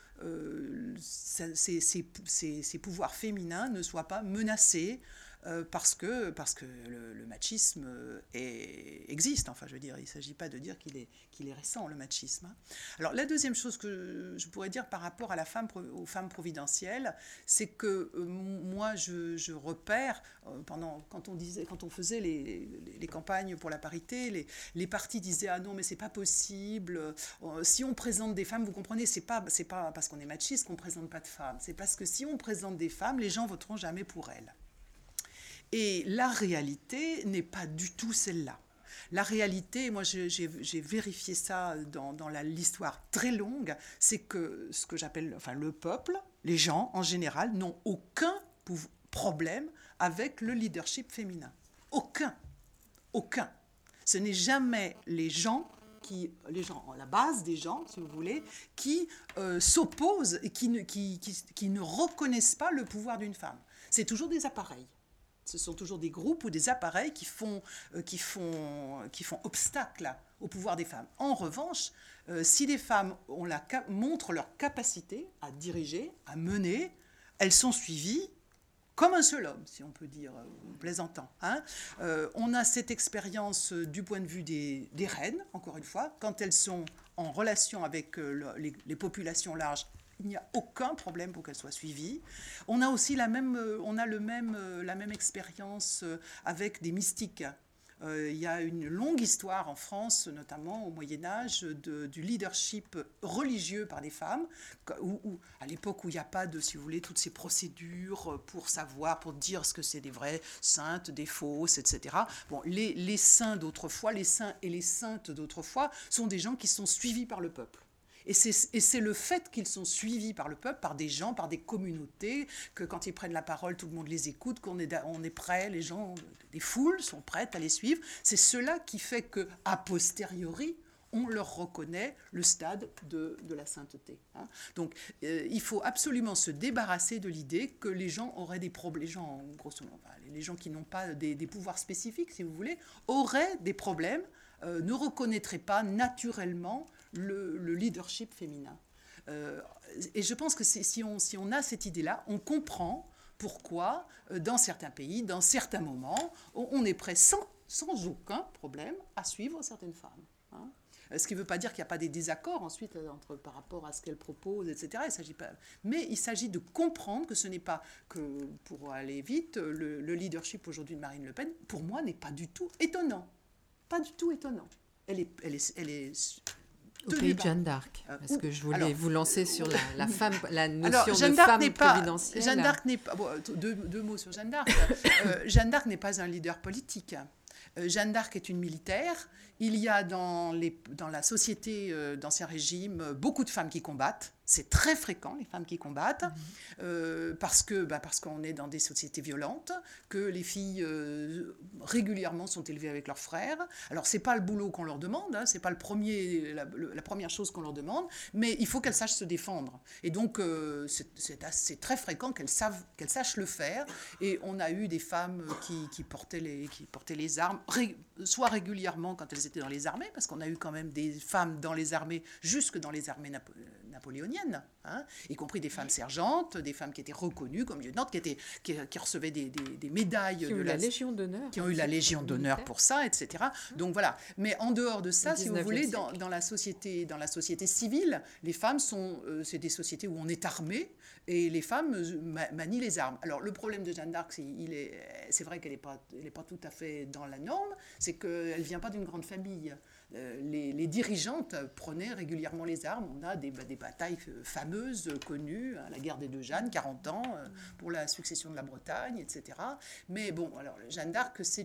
S3: ces pouvoirs féminins ne soient pas menacés, parce que le machisme existe. Enfin, je veux dire, il ne s'agit pas de dire qu'il est récent, le machisme. Hein. Alors, la deuxième chose que je pourrais dire par rapport à aux femmes providentielles, c'est que moi, je repère, quand on faisait les campagnes pour la parité, les partis disaient « Ah non, mais c'est pas possible. Si on présente des femmes, vous comprenez, c'est pas parce qu'on est machiste qu'on présente pas de femmes. C'est parce que si on présente des femmes, les gens voteront jamais pour elles. » Et la réalité n'est pas du tout celle-là. La réalité, moi j'ai vérifié ça dans l'histoire très longue, c'est que ce que j'appelle le peuple, les gens en général, n'ont aucun problème avec le leadership féminin. Aucun. Aucun. Ce n'est jamais la base des gens, si vous voulez, qui s'opposent et qui ne reconnaissent pas le pouvoir d'une femme. C'est toujours des appareils. Ce sont toujours des groupes ou des appareils qui font obstacle au pouvoir des femmes. En revanche, si les femmes montrent leur capacité à diriger, à mener, elles sont suivies comme un seul homme, si on peut dire, plaisantant. Hein. On a cette expérience du point de vue des reines, encore une fois, quand elles sont en relation avec les populations larges. Il n'y a aucun problème pour qu'elle soit suivie. On a aussi la même expérience avec des mystiques. Il y a une longue histoire en France, notamment au Moyen-Âge, du leadership religieux par les femmes, à l'époque où il n'y a pas si vous voulez, toutes ces procédures pour dire ce que c'est des vraies saintes, des fausses, etc. Bon, les saints d'autrefois, les saints et les saintes d'autrefois sont des gens qui sont suivis par le peuple. Et c'est le fait qu'ils sont suivis par le peuple, par des gens, par des communautés, que quand ils prennent la parole, tout le monde les écoute, qu'on est prêt, les gens, des foules sont prêtes à les suivre. C'est cela qui fait qu'a posteriori, on leur reconnaît le stade de la sainteté. Hein. Donc, il faut absolument se débarrasser de l'idée que les gens auraient des problèmes, les gens qui n'ont pas des pouvoirs spécifiques, si vous voulez, auraient des problèmes, ne reconnaîtraient pas naturellement le leadership féminin. Et je pense que si on a cette idée-là, on comprend pourquoi, dans certains pays, dans certains moments, on est prêt sans aucun problème à suivre certaines femmes. Hein. Ce qui ne veut pas dire qu'il n'y a pas des désaccords ensuite par rapport à ce qu'elles proposent, etc. Mais il s'agit de comprendre que ce n'est pas que, pour aller vite, le leadership aujourd'hui de Marine Le Pen, pour moi, n'est pas du tout étonnant. pas du tout étonnant. Elle est
S2: Au pays de Jeanne d'Arc, parce que je voulais vous lancer sur la femme, la notion
S3: Jeanne
S2: de
S3: d'Arc
S2: femme
S3: n'est pas,
S2: providentielle.
S3: Jeanne d'Arc n'est pas... Bon, deux mots sur Jeanne d'Arc. Jeanne d'Arc n'est pas un leader politique. Jeanne d'Arc est une militaire. Il y a dans la société d'Ancien Régime beaucoup de femmes qui combattent. C'est très fréquent, les femmes qui combattent, parce qu'on est dans des sociétés violentes, que les filles régulièrement sont élevées avec leurs frères. Alors, ce n'est pas le boulot qu'on leur demande, hein, ce n'est pas la première chose qu'on leur demande, mais il faut qu'elles sachent se défendre. Et donc, c'est très fréquent qu'elles sachent le faire. Et on a eu des femmes qui portaient les armes, soit régulièrement quand elles étaient dans les armées, parce qu'on a eu quand même des femmes dans les armées, jusque dans les armées napoléoniennes, hein, y compris des femmes sergentes, des femmes qui étaient reconnues comme lieutenantes, qui recevaient des médailles
S2: qui ont eu la Légion d'honneur.
S3: Qui ont eu la Légion d'honneur pour ça, etc. Donc voilà. Mais en dehors de ça, si vous voulez, dans la société civile, les femmes c'est des sociétés où on est armé et les femmes manient les armes. Alors le problème de Jeanne d'Arc, c'est vrai qu'elle n'est pas tout à fait dans la norme, c'est qu'elle ne vient pas d'une grande famille. Les dirigeantes prenaient régulièrement les armes. On a des batailles fameuses, connues, hein, la guerre des deux Jeannes, 40 ans, pour la succession de la Bretagne, etc. Mais bon, alors Jeanne d'Arc, c'est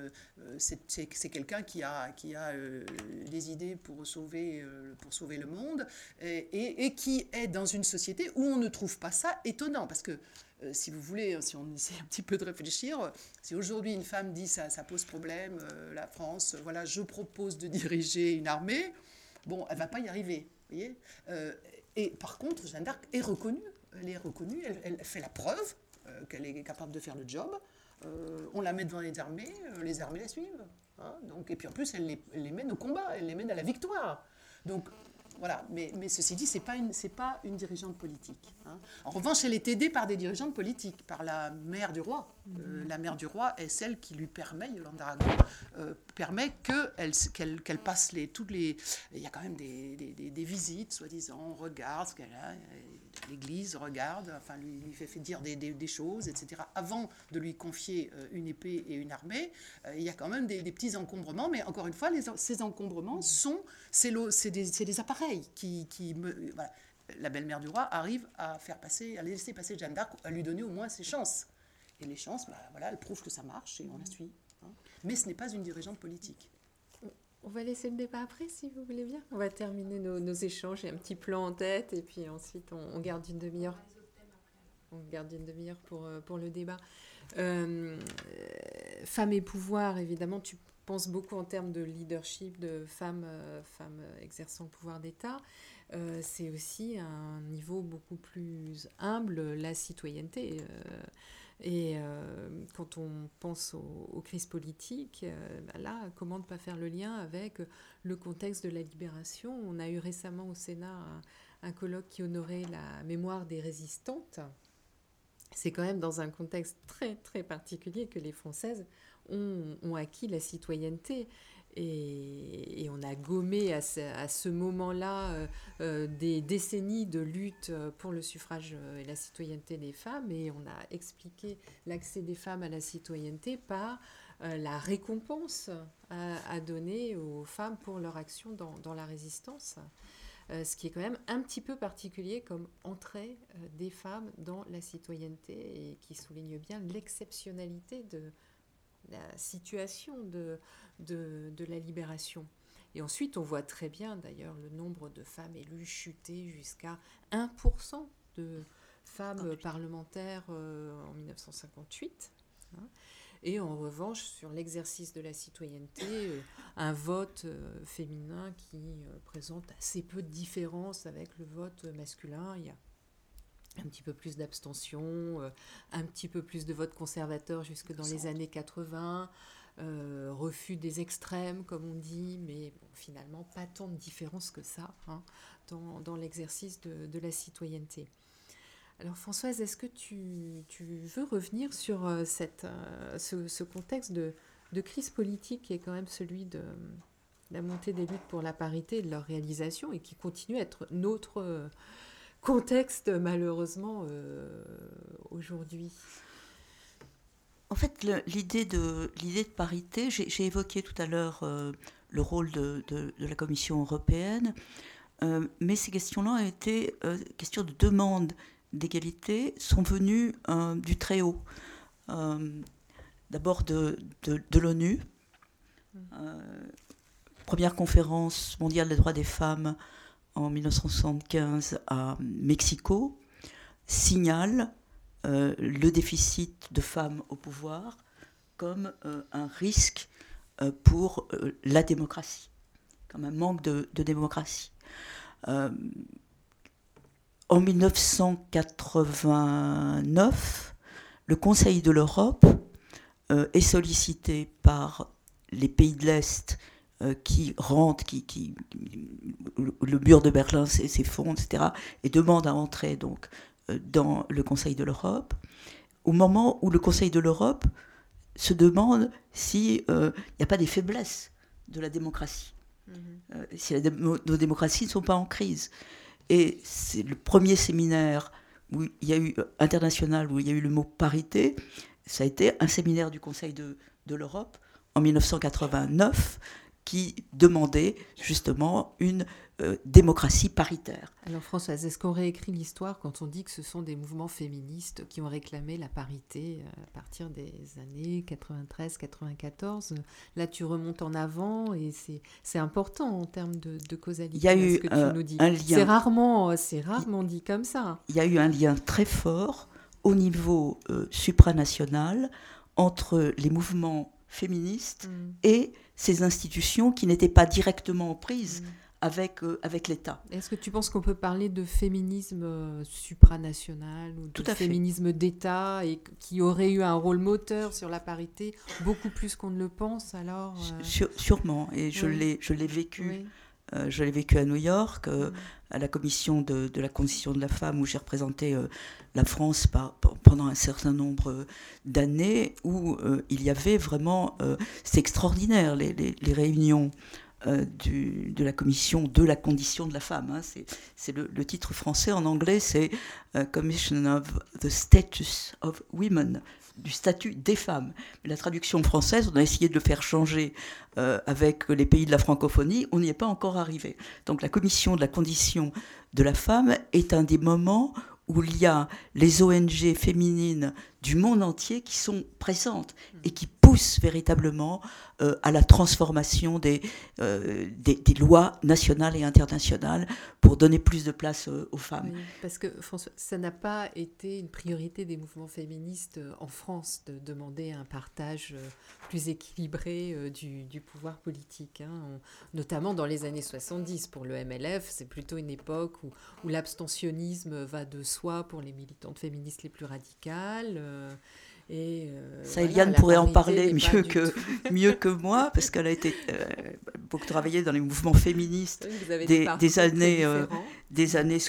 S3: quelqu'un qui a des idées pour sauver le monde et qui est dans une société où on ne trouve pas ça étonnant, parce que si vous voulez, si on essaie un petit peu de réfléchir, si aujourd'hui une femme dit ça pose problème, la France, voilà, je propose de diriger une armée, bon, elle ne va pas y arriver, vous voyez. Et par contre, Jeanne d'Arc est reconnue, elle fait la preuve qu'elle est capable de faire le job, on la met devant les armées la suivent, hein, donc, et puis en plus, elle les mène au combat, elle les mène à la victoire. Donc, voilà, mais ceci dit, c'est pas une dirigeante politique, hein. En revanche, elle est aidée par des dirigeantes politiques, par la mère du roi. La mère du roi est celle qui lui permet, Yolande d'Aragon, permet qu'elle passe toutes les... Il y a quand même des visites, soi-disant, on regarde ce qu'elle a, l'Église regarde, enfin lui fait dire des choses, etc. Avant de lui confier une épée et une armée, il y a quand même des petits encombrements, mais encore une fois, ces encombrements c'est des appareils voilà. La belle-mère du roi arrive à laisser passer Jeanne d'Arc, à lui donner au moins ses chances. Et les chances, voilà, elle prouve que ça marche et on la suit, hein. Mais ce n'est pas une dirigeante politique.
S2: On va laisser le débat après, si vous voulez bien. On va terminer nos échanges. J'ai un petit plan en tête et puis ensuite on garde une demi-heure. On garde une demi-heure pour le débat. Femmes et pouvoir, évidemment, tu penses beaucoup en termes de leadership, de femmes exerçant le pouvoir d'État. C'est aussi un niveau beaucoup plus humble, la citoyenneté. Quand on pense aux crises politiques, là, comment ne pas faire le lien avec le contexte de la libération ? On a eu récemment au Sénat un colloque qui honorait la mémoire des résistantes. C'est quand même dans un contexte très, très particulier que les Françaises ont acquis la citoyenneté. Et on a gommé à ce moment-là des décennies de lutte pour le suffrage et la citoyenneté des femmes, et on a expliqué l'accès des femmes à la citoyenneté par la récompense à donner aux femmes pour leur action dans la résistance, ce qui est quand même un petit peu particulier comme entrée des femmes dans la citoyenneté et qui souligne bien l'exceptionnalité de la situation de la libération. Et ensuite, on voit très bien, d'ailleurs, le nombre de femmes élues chuter jusqu'à 1% de femmes parlementaires en 1958. Hein. Et en revanche, sur l'exercice de la citoyenneté, un vote féminin qui présente assez peu de différence avec le vote masculin. Il y a un petit peu plus d'abstention, un petit peu plus de vote conservateur jusque dans les années 80, refus des extrêmes, comme on dit, mais bon, finalement, pas tant de différence que ça, hein, dans l'exercice de la citoyenneté. Alors Françoise, est-ce que tu veux revenir sur ce contexte de crise politique qui est quand même celui de la montée des luttes pour la parité et de leur réalisation, et qui continue à être notre contexte malheureusement aujourd'hui?
S4: En fait, l'idée de parité, j'ai évoqué tout à l'heure le rôle de la Commission européenne, mais ces questions-là ont été questions de demande d'égalité, sont venues du très haut. D'abord de l'ONU, première conférence mondiale des droits des femmes en 1975 à Mexico, signale le déficit de femmes au pouvoir comme un risque pour la démocratie, comme un manque de démocratie. En 1989, le Conseil de l'Europe est sollicité par les pays de l'Est qui rentrent, le mur de Berlin s'effondre, etc., et demande à entrer donc dans le Conseil de l'Europe, au moment où le Conseil de l'Europe se demande s'il n'y a pas des faiblesses de la démocratie, si nos démocraties ne sont pas en crise. Et c'est le premier séminaire où il y a eu, international, où il y a eu le mot parité, ça a été un séminaire du Conseil de l'Europe en 1989 qui demandait justement une démocratie paritaire.
S2: Alors Françoise, est-ce qu'on réécrit l'histoire quand on dit que ce sont des mouvements féministes qui ont réclamé la parité à partir des années 93-94 ? Là, tu remontes en avant et c'est important en termes de causalité.
S4: Il y a eu
S2: ce que tu nous dis.
S4: Un lien.
S2: C'est rarement dit comme ça.
S4: Il y a eu un lien très fort au niveau supranational entre les mouvements féministes et ces institutions qui n'étaient pas directement en prise avec l'État.
S2: Est-ce que tu penses qu'on peut parler de féminisme supranational ou de féminisme d'État et qui aurait eu un rôle moteur sur la parité beaucoup plus qu'on ne le pense alors
S4: Sûrement, et je l'ai vécu. Oui. Je l'ai vécu à New York, à la commission de la condition de la femme, où j'ai représenté la France pendant un certain nombre d'années, où il y avait vraiment... c'est extraordinaire, les réunions de la commission de la condition de la femme. Hein. C'est le titre français. En anglais, c'est Commission of the Status of Women, du statut des femmes. La traduction française, on a essayé de le faire changer avec les pays de la francophonie, on n'y est pas encore arrivé. Donc la commission de la condition de la femme est un des moments où il y a les ONG féminines du monde entier qui sont présentes et qui poussent véritablement à la transformation des lois nationales et internationales pour donner plus de place aux femmes.
S2: Oui, parce que François, ça n'a pas été une priorité des mouvements féministes en France de demander un partage plus équilibré du pouvoir politique. Hein. Notamment dans les années 70, pour le MLF, c'est plutôt une époque où l'abstentionnisme va de soi pour les militantes féministes les plus radicales.
S4: Ça, Eliane pourrait en parler mieux que moi, parce qu'elle a été beaucoup travaillée dans les mouvements féministes des années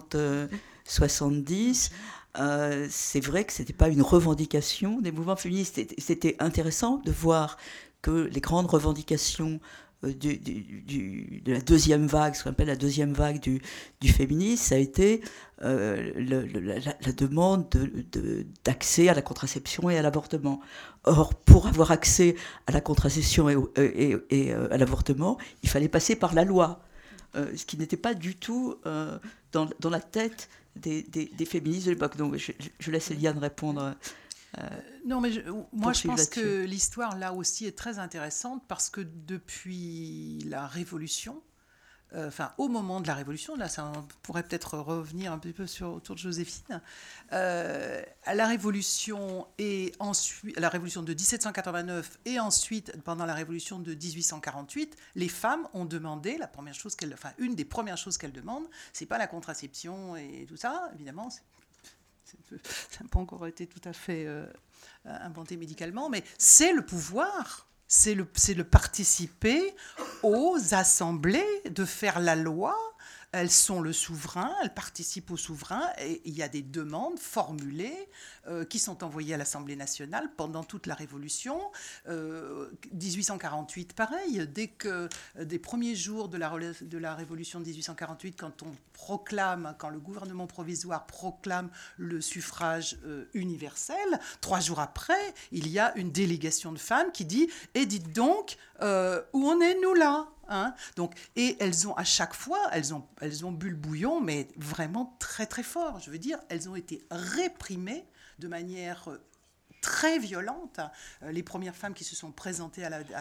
S4: 60-70. C'est vrai que ce n'était pas une revendication des mouvements féministes. C'était intéressant de voir que les grandes revendications de la deuxième vague, ce qu'on appelle la deuxième vague du féminisme, ça a été la demande d'accès à la contraception et à l'avortement. Or, pour avoir accès à la contraception et à l'avortement, il fallait passer par la loi, ce qui n'était pas du tout dans la tête des féministes de l'époque. Donc, je laisse Eliane répondre.
S3: Non, mais moi je pense que l'histoire là aussi est très intéressante parce que depuis la Révolution, au moment de la Révolution, là ça pourrait peut-être revenir un petit peu autour de Joséphine, à la Révolution et ensuite la Révolution de 1789 et ensuite pendant la Révolution de 1848, les femmes ont demandé une des premières choses qu'elles demandent, c'est pas la contraception et tout ça, évidemment. Ça n'a pas encore été tout à fait inventé médicalement, mais c'est le pouvoir, c'est le participer aux assemblées, de faire la loi, elles sont le souverain, elles participent au souverain, et il y a des demandes formulées qui sont envoyées à l'Assemblée nationale pendant toute la Révolution. 1848, pareil, dès que des premiers jours de la Révolution de 1848, quand le gouvernement provisoire proclame le suffrage universel, 3 jours après, il y a une délégation de femmes qui dit « Et dites donc, où en est-nous là ?» Donc, et elles ont à chaque fois, elles ont bu le bouillon, mais vraiment très très fort. Je veux dire, elles ont été réprimées de manière très violente. Les premières femmes qui se sont présentées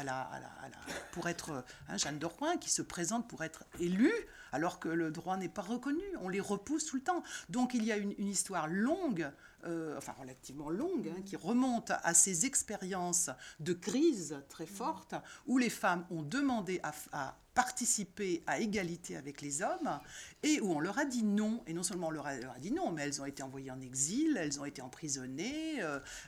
S3: pour être Jeanne de Rouen, qui se présentent pour être élues, alors que le droit n'est pas reconnu. On les repousse tout le temps. Donc il y a une histoire longue, relativement longue, qui remonte à ces expériences de crise très fortes, où les femmes ont demandé à participer à égalité avec les hommes, et où on leur a dit non, et non seulement on leur a dit non, mais elles ont été envoyées en exil, elles ont été emprisonnées,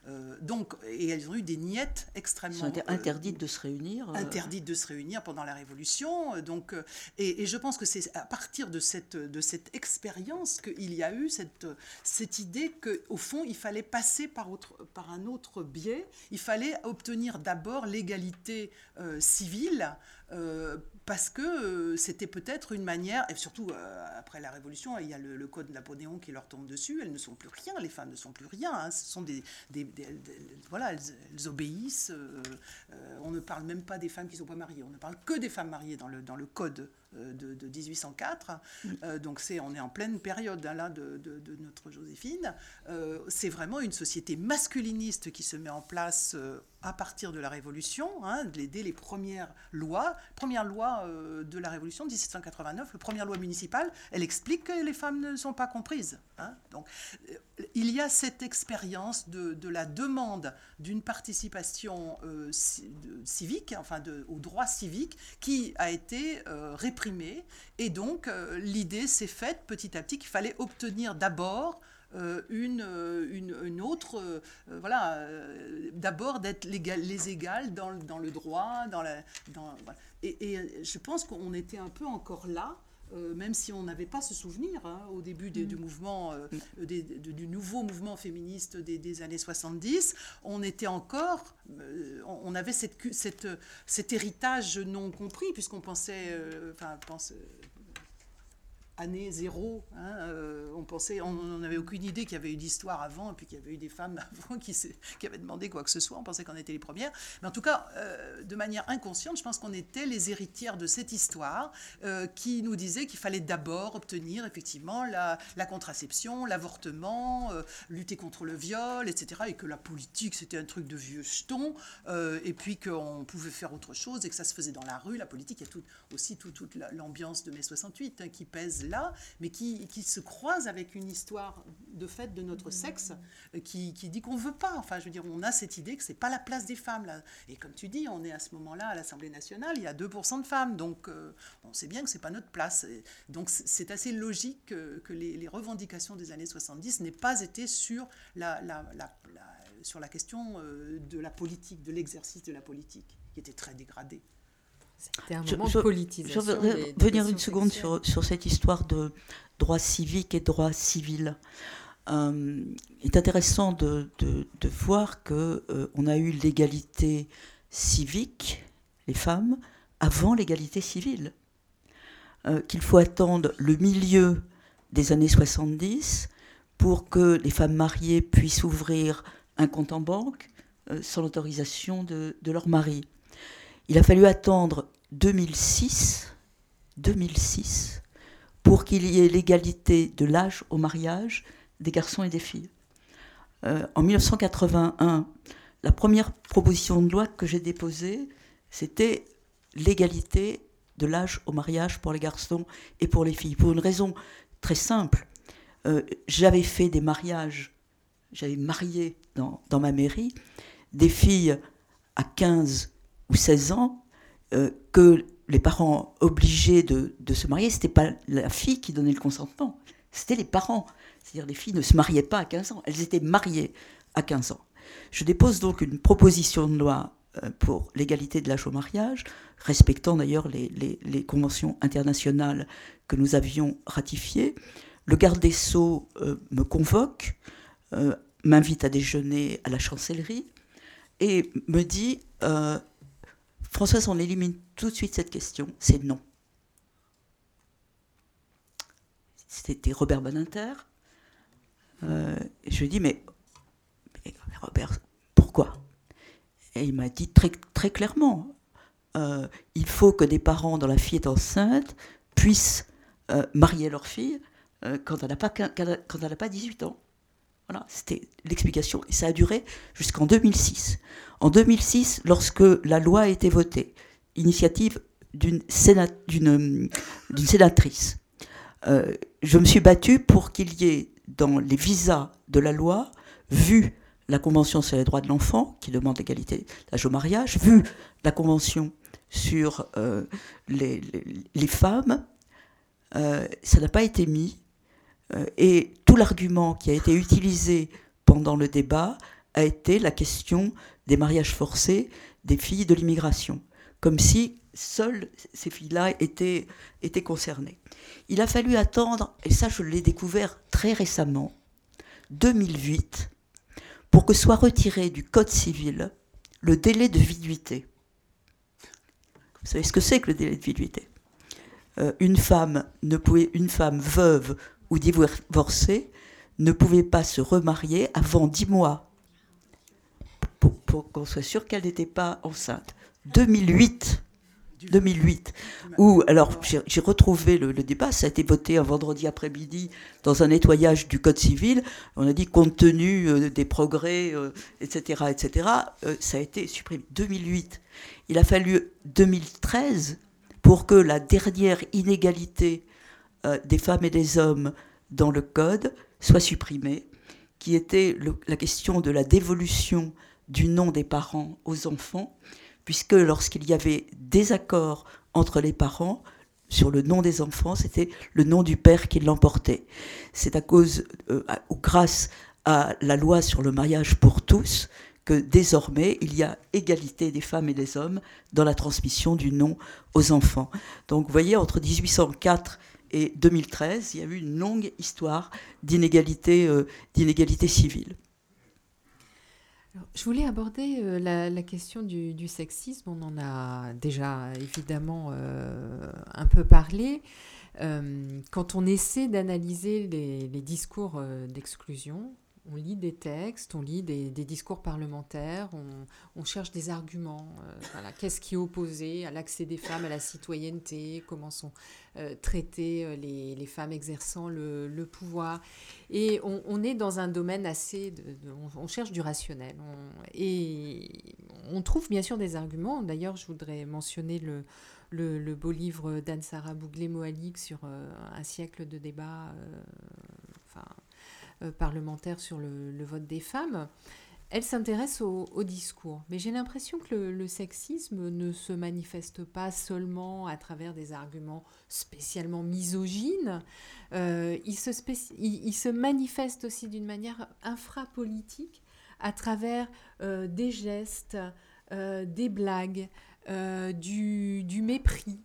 S3: et elles ont eu des niettes extrêmement...
S4: Elles ont été interdites de se réunir.
S3: Interdites de se réunir pendant la Révolution, et je pense que c'est à partir de cette expérience qu'il y a eu cette idée qu'au fond, il fallait passer par un autre biais, il fallait obtenir d'abord l'égalité civile, parce que c'était peut-être une manière, et surtout après la Révolution, il y a le code Napoléon qui leur tombe dessus, elles ne sont plus rien, les femmes ne sont plus rien, ce sont voilà, elles obéissent, on ne parle même pas des femmes qui ne sont pas mariées, on ne parle que des femmes mariées dans le code de 1804, donc on est en pleine période là de notre Joséphine, c'est vraiment une société masculiniste qui se met en place à partir de la Révolution, dès les premières lois de la Révolution de 1789, la première loi municipale, elle explique que les femmes ne sont pas comprises. Donc, il y a cette expérience de la demande d'une participation civique, au droit civique, qui a été réprimée. Et donc, l'idée s'est faite petit à petit qu'il fallait obtenir d'abord une autre, d'abord d'être les égales dans le droit, voilà. Et je pense qu'on était un peu encore là, même si on n'avait pas ce souvenir au début du mouvement, du nouveau mouvement féministe des années 70, on était encore, on avait cet héritage non compris, puisqu'on pensait, année zéro, on n'avait aucune idée qu'il y avait eu d'histoire avant, et puis qu'il y avait eu des femmes avant qui avaient demandé quoi que ce soit, on pensait qu'on était les premières, mais en tout cas, de manière inconsciente, je pense qu'on était les héritières de cette histoire, qui nous disait qu'il fallait d'abord obtenir effectivement la contraception, l'avortement, lutter contre le viol, etc., et que la politique c'était un truc de vieux jetons, et puis qu'on pouvait faire autre chose, et que ça se faisait dans la rue, la politique, il y a aussi toute l'ambiance de mai 68 qui pèse là, mais qui se croise avec une histoire de fait de notre sexe qui dit qu'on ne veut pas. Enfin, je veux dire, on a cette idée que ce n'est pas la place des femmes. Là. Et comme tu dis, on est à ce moment-là à l'Assemblée nationale, il y a 2% de femmes, donc on sait bien que ce n'est pas notre place. Et donc c'est assez logique que les revendications des années 70 n'aient pas été sur sur la question de la politique, de l'exercice de la politique, qui était très dégradée.
S2: C'était un moment de politisation.
S4: Je voudrais revenir une seconde sur cette histoire de droit civique et droit civil. Il est intéressant de voir qu'on a eu l'égalité civique, les femmes, avant l'égalité civile. Qu'il faut attendre le milieu des années 70 pour que les femmes mariées puissent ouvrir un compte en banque sans l'autorisation de leur mari. Il a fallu attendre 2006 pour qu'il y ait l'égalité de l'âge au mariage des garçons et des filles. En 1981, la première proposition de loi que j'ai déposée, c'était l'égalité de l'âge au mariage pour les garçons et pour les filles. Pour une raison très simple. J'avais fait des mariages, j'avais marié dans ma mairie des filles à 15 ou 16 ans que les parents obligés de se marier, ce n'était pas la fille qui donnait le consentement, c'était les parents. C'est-à-dire les filles ne se mariaient pas à 15 ans, elles étaient mariées à 15 ans. Je dépose donc une proposition de loi pour l'égalité de l'âge au mariage, respectant d'ailleurs les conventions internationales que nous avions ratifiées. Le garde des Sceaux me convoque, m'invite à déjeuner à la chancellerie et me dit Françoise, on élimine tout de suite cette question, c'est non. C'était Robert Badinter. Je lui dis mais Robert, pourquoi? Et il m'a dit très, très clairement il faut que des parents dont la fille est enceinte puissent marier leur fille quand elle n'a pas 18 ans. Voilà, c'était l'explication. Et ça a duré jusqu'en 2006. En 2006, lorsque la loi a été votée, initiative d'une sénatrice, je me suis battue pour qu'il y ait dans les visas de la loi, vu la Convention sur les droits de l'enfant, qui demande l'égalité d'âge au mariage, vu la Convention sur les femmes, ça n'a pas été mis. Et tout l'argument qui a été utilisé pendant le débat a été la question des mariages forcés des filles de l'immigration, comme si seules ces filles-là étaient concernées. Il a fallu attendre, et ça je l'ai découvert très récemment, 2008, pour que soit retiré du Code civil le délai de viduité. Vous savez ce que c'est que le délai de viduité? Une femme veuve ou divorcée ne pouvait pas se remarier avant 10 mois pour qu'on soit sûr qu'elle n'était pas enceinte. 2008. Où, alors, j'ai retrouvé le débat, ça a été voté un vendredi après-midi dans un nettoyage du Code civil. On a dit, compte tenu des progrès, etc., ça a été supprimé. 2008. Il a fallu 2013 pour que la dernière inégalité des femmes et des hommes dans le Code soit supprimée, qui était la question de la dévolution du nom des parents aux enfants, puisque lorsqu'il y avait désaccord entre les parents sur le nom des enfants, c'était le nom du père qui l'emportait. C'est à cause, ou grâce à la loi sur le mariage pour tous, que désormais, il y a égalité des femmes et des hommes dans la transmission du nom aux enfants. Donc, vous voyez, entre 1804 et 2013, il y a eu une longue histoire d'inégalité civile.
S2: Je voulais aborder la question du sexisme. On en a déjà évidemment un peu parlé. Quand on essaie d'analyser les discours d'exclusion, on lit des textes, on lit des discours parlementaires, on cherche des arguments. Voilà. Qu'est-ce qui est opposé à l'accès des femmes à la citoyenneté? Comment sont traitées les femmes exerçant le pouvoir? Et on est dans un domaine assez... on cherche du rationnel. Et on trouve bien sûr des arguments. D'ailleurs, je voudrais mentionner le beau livre d'Anne-Sara Bouglé-Moalik sur un siècle de débat parlementaire sur le vote des femmes. Elle s'intéresse au discours. Mais j'ai l'impression que le sexisme ne se manifeste pas seulement à travers des arguments spécialement misogynes. Il se manifeste aussi d'une manière infrapolitique à travers des gestes, des blagues, du mépris.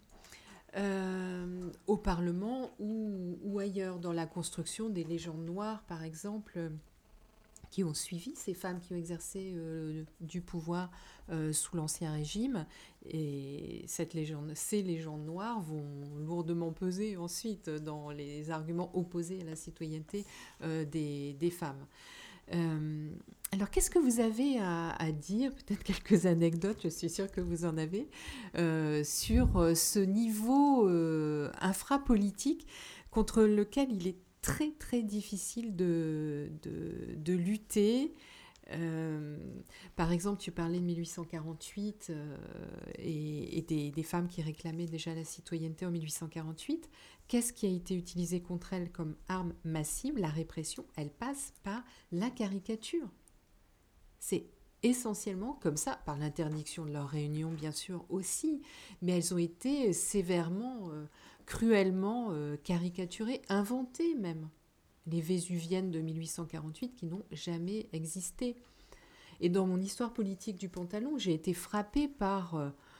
S2: Au Parlement ou ailleurs, dans la construction des légendes noires, par exemple, qui ont suivi ces femmes qui ont exercé du pouvoir sous l'Ancien Régime. Et ces légendes noires vont lourdement peser ensuite dans les arguments opposés à la citoyenneté des femmes. Alors, qu'est-ce que vous avez à dire, peut-être quelques anecdotes, je suis sûre que vous en avez, sur ce niveau infrapolitique contre lequel il est très, très difficile de lutter. Par exemple, tu parlais de 1848 et des femmes qui réclamaient déjà la citoyenneté en 1848. Qu'est-ce qui a été utilisé contre elles comme arme massive? La répression, elle passe par la caricature. C'est essentiellement comme ça, par l'interdiction de leur réunion, bien sûr, aussi. Mais elles ont été sévèrement, cruellement caricaturées, inventées même. Les Vésuviennes de 1848 qui n'ont jamais existé. Et dans mon histoire politique du pantalon, j'ai été frappée par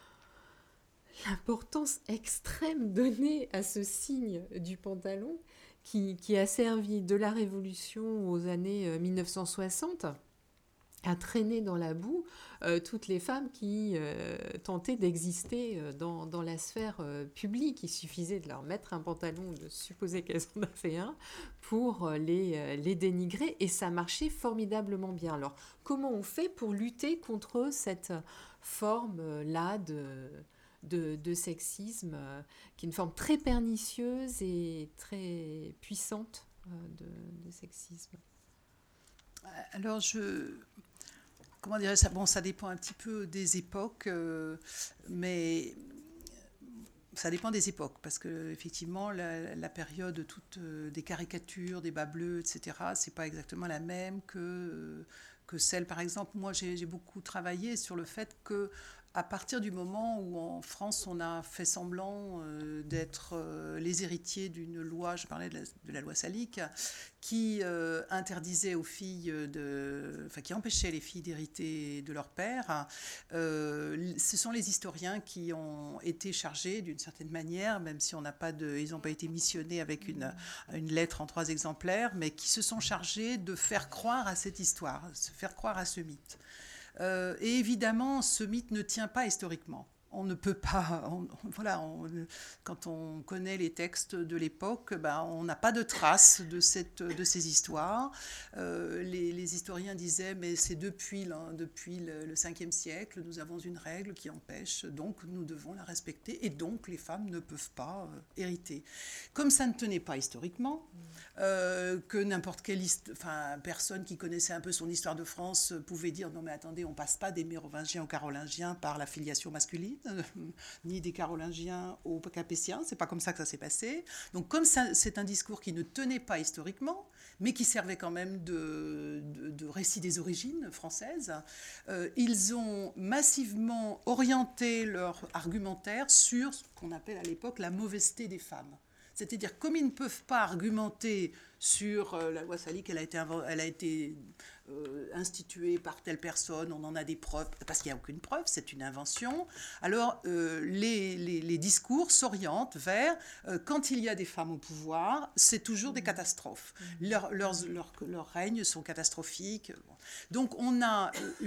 S2: l'importance extrême donnée à ce signe du pantalon qui a servi de la Révolution aux années 1960 à traîner dans la boue toutes les femmes qui tentaient d'exister dans la sphère publique. Il suffisait de leur mettre un pantalon, de supposer qu'elles en avaient un, pour les dénigrer, et ça marchait formidablement bien. Alors, comment on fait pour lutter contre cette forme-là de sexisme, qui est une forme très pernicieuse et très puissante de sexisme?
S3: Alors, comment dirais-je ça? Bon, ça dépend un petit peu des époques, mais ça dépend des époques, parce que effectivement, la période toute des caricatures, des bas bleus, etc., c'est pas exactement la même que celle, par exemple. Moi, j'ai beaucoup travaillé sur le fait que à partir du moment où en France on a fait semblant d'être les héritiers d'une loi, je parlais de la loi Salic, qui interdisait aux filles qui empêchait les filles d'hériter de leur père, ce sont les historiens qui ont été chargés d'une certaine manière, même si ils n'ont pas été missionnés avec une lettre en 3 exemplaires, mais qui se sont chargés de faire croire à cette histoire, se faire croire à ce mythe. Et évidemment, ce mythe ne tient pas historiquement. On ne peut pas... quand on connaît les textes de l'époque, on n'a pas de traces de ces histoires. Les historiens disaient, mais c'est depuis le 5e siècle, nous avons une règle qui empêche, donc nous devons la respecter, et donc les femmes ne peuvent pas hériter. Comme ça ne tenait pas historiquement, que n'importe quelle personne qui connaissait un peu son histoire de France pouvait dire, non mais attendez, on passe pas des Mérovingiens aux Carolingiens par la filiation masculine, ni des Carolingiens aux Capétiens, c'est pas comme ça que ça s'est passé. Donc comme ça, c'est un discours qui ne tenait pas historiquement, mais qui servait quand même de récit des origines françaises, ils ont massivement orienté leur argumentaire sur ce qu'on appelle à l'époque la mauvaiseté des femmes. C'est-à-dire, comme ils ne peuvent pas argumenter sur la loi Salic, elle a été instituée par telle personne, on en a des preuves, parce qu'il n'y a aucune preuve, c'est une invention. Alors, les discours s'orientent vers, quand il y a des femmes au pouvoir, c'est toujours des catastrophes. Leurs règnes sont catastrophiques. Donc, on a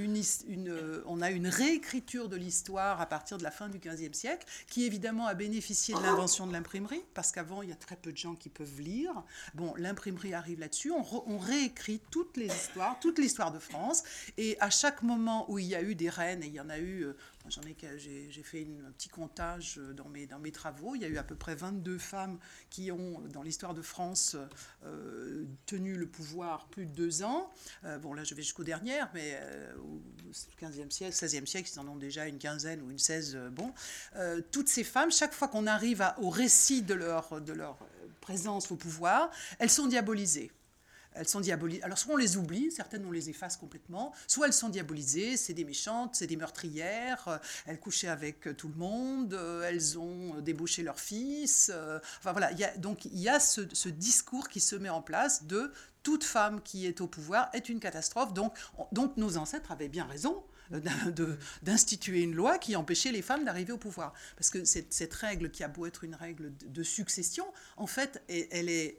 S3: une réécriture de l'histoire à partir de la fin du XVe siècle, qui évidemment a bénéficié de l'invention de l'imprimerie, parce qu'avant, il y a très peu de gens qui peuvent lire. Bon, l'imprimerie arrive là-dessus, on réécrit toute l'histoire de France, et à chaque moment où il y a eu des reines, et il y en a eu, j'ai fait un petit comptage dans mes travaux, il y a eu à peu près 22 femmes qui ont, dans l'histoire de France, tenu le pouvoir plus de 2 ans. Bon, là je vais jusqu'aux dernières, mais au 15e siècle, 16e siècle, ils en ont déjà une quinzaine ou une 16. Toutes ces femmes, chaque fois qu'on arrive au récit de leur présence au pouvoir, elles sont diabolisées. Alors, soit on les oublie, certaines on les efface complètement, soit elles sont diabolisées, c'est des méchantes, c'est des meurtrières, elles couchaient avec tout le monde, elles ont débauché leur fils. Donc il y a ce discours qui se met en place de toute femme qui est au pouvoir est une catastrophe. Donc nos ancêtres avaient bien raison d'instituer une loi qui empêchait les femmes d'arriver au pouvoir. Parce que cette règle, qui a beau être une règle de succession, en fait, elle est